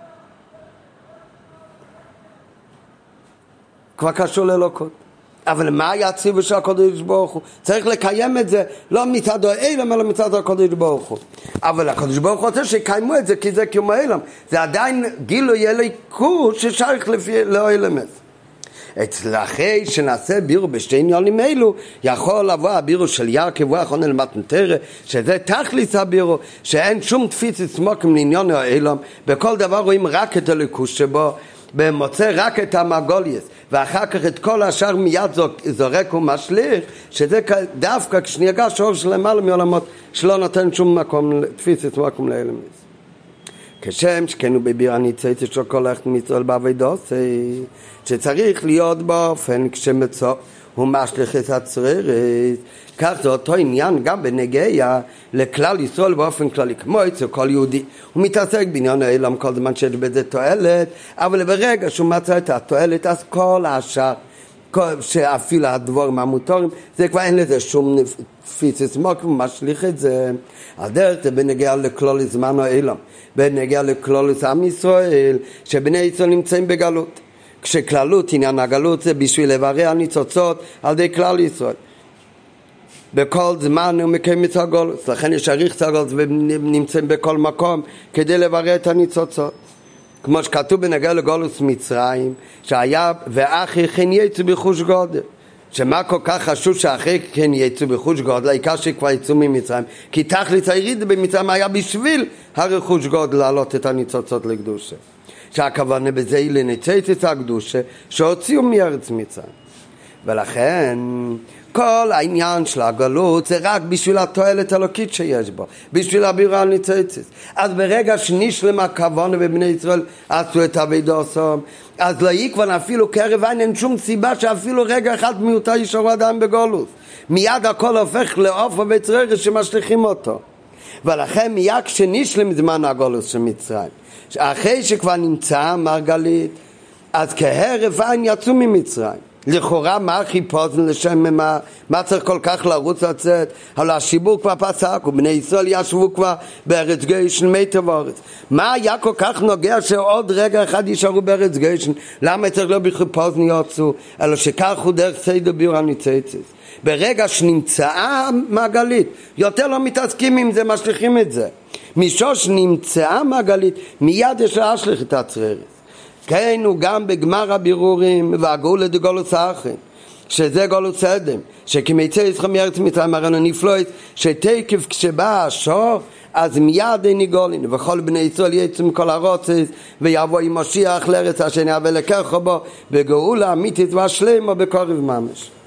כבר קשור לאלוקות. אבל מה היה הציווי של הקדוש ברוך הוא? צריך לקיים את זה לא מצד העולם אלא מצד הקדוש ברוך הוא. אבל הקדוש ברוך הוא רוצה שיקיימו את זה כי זה קיום העולם. זה עדיין גילוי אלוקות ששייך לעולם. אצל אחרי שנעשה בירו בשתי עניינים אלו יכול לבוא הבירו של יעקב ואחרון אל מתנתר, שזה תכלית הבירו, שאין שום תפיסת סמוקים לעניין העולם, בכל דבר רואים רק את הליכוז שבו, במוצא רק את המגוליאס, ואחר כך את כל השאר מיד זורק ומשליך, שזה דווקא כשניגש אור של למעלה מעולמות שלא נותן שום מקום, תפיסת סמוקים לעולם. כשם שכנו בביר הניצית של כל אחד מישראל בעבודות, שצריך להיות באופן כשמצוא הוא משליך את הצררת, כך זה אותו עניין גם בנגיע לכלל ישראל באופן כללי, כמו אצל כל יהודי. הוא מתעסק בעניין העולם כל זמן שיש בזה תועלת, אבל ברגע שהוא מצא את התועלת, אז כל השאר, שאפילו הדבורים המותרים, זה כבר אין לזה שום תפיסת סמוק, הוא משליך את זה. על דרך זה בנגיע לכלל זמן העולם, בנגיע לכלל עם ישראל, שבני ישראל נמצאים בגלות. כשכללות, עניין הגלות זה בשביל לברר ניצוצות על ידי כלל ישראל. בכל זמן הוא מקיים את הגלות, לכן יש אריך הגלות ונמצאים בכל מקום כדי לברר את הניצוצות. כמו שכתוב בנגיע לגולוס מצרים, שהיה ואחרי כן יצאו בחוש גודל. שמה כל כך חשוב שאחרי כן יצאו בחוש גודל, העיקר שכבר יצאו ממצרים. כי תכלית הירידה במצרים היה בשביל הרכוש גודל להעלות את הניצוצות לקדושה. שהכוונה בזה היא לניצוץ את הקדושה שהוציאו מארץ מצרים. ולכן כל העניין של הגלות זה רק בשביל התועלת האלוקית שיש בו, בשביל הבירה הניצוצת. אז ברגע שנשלם הכוונה בבני ישראל עשו את עבודתם, אז לא יקבן אפילו קרב עין, אין שום סיבה שאפילו רגע אחד מיותר יישארו עדיין בגלות. מיד הכל הופך לעוף וצררת שמשליכים אותו. ולכן מיד כשנשלם זמן הגלות של מצרים, אחרי שכבר נמצא מרגלית, אז כהרף עין יצאו ממצרים. לכאורה מה החיפושן לשם מה צריך כל כך לרוץ לצאת? אבל השיבור כבר פסק ובני ישראל ישבו כבר בארץ גושן מיטב הארץ. מה היה כל כך נוגע שעוד רגע אחד יישארו בארץ גושן? למה צריך לא בחיפושן יצאו? אלא שכך הוא דרך סדר ביור הניצוצת. ברגע שנמצאה מעגלית, יותר לא מתעסקים עם זה, משליכים את זה. משוש נמצאה מעגלית, מיד יש להשליך את הצררת. כן, הוא גם בגמר הבירורים והגאולה דגולוס האחרין, שזה גולוס אדם, שכמיצא יצחק מארץ מצרים הראינו נפלאות, שתקף כשבא השור, אז מיד אין גולין, וכל בני ישראל יצאו מכל הרוצץ, ויבוא עם משיח לארץ אשר יהווה לקחו בו, בגאולה אמיתית והשלמה בקרב ממש.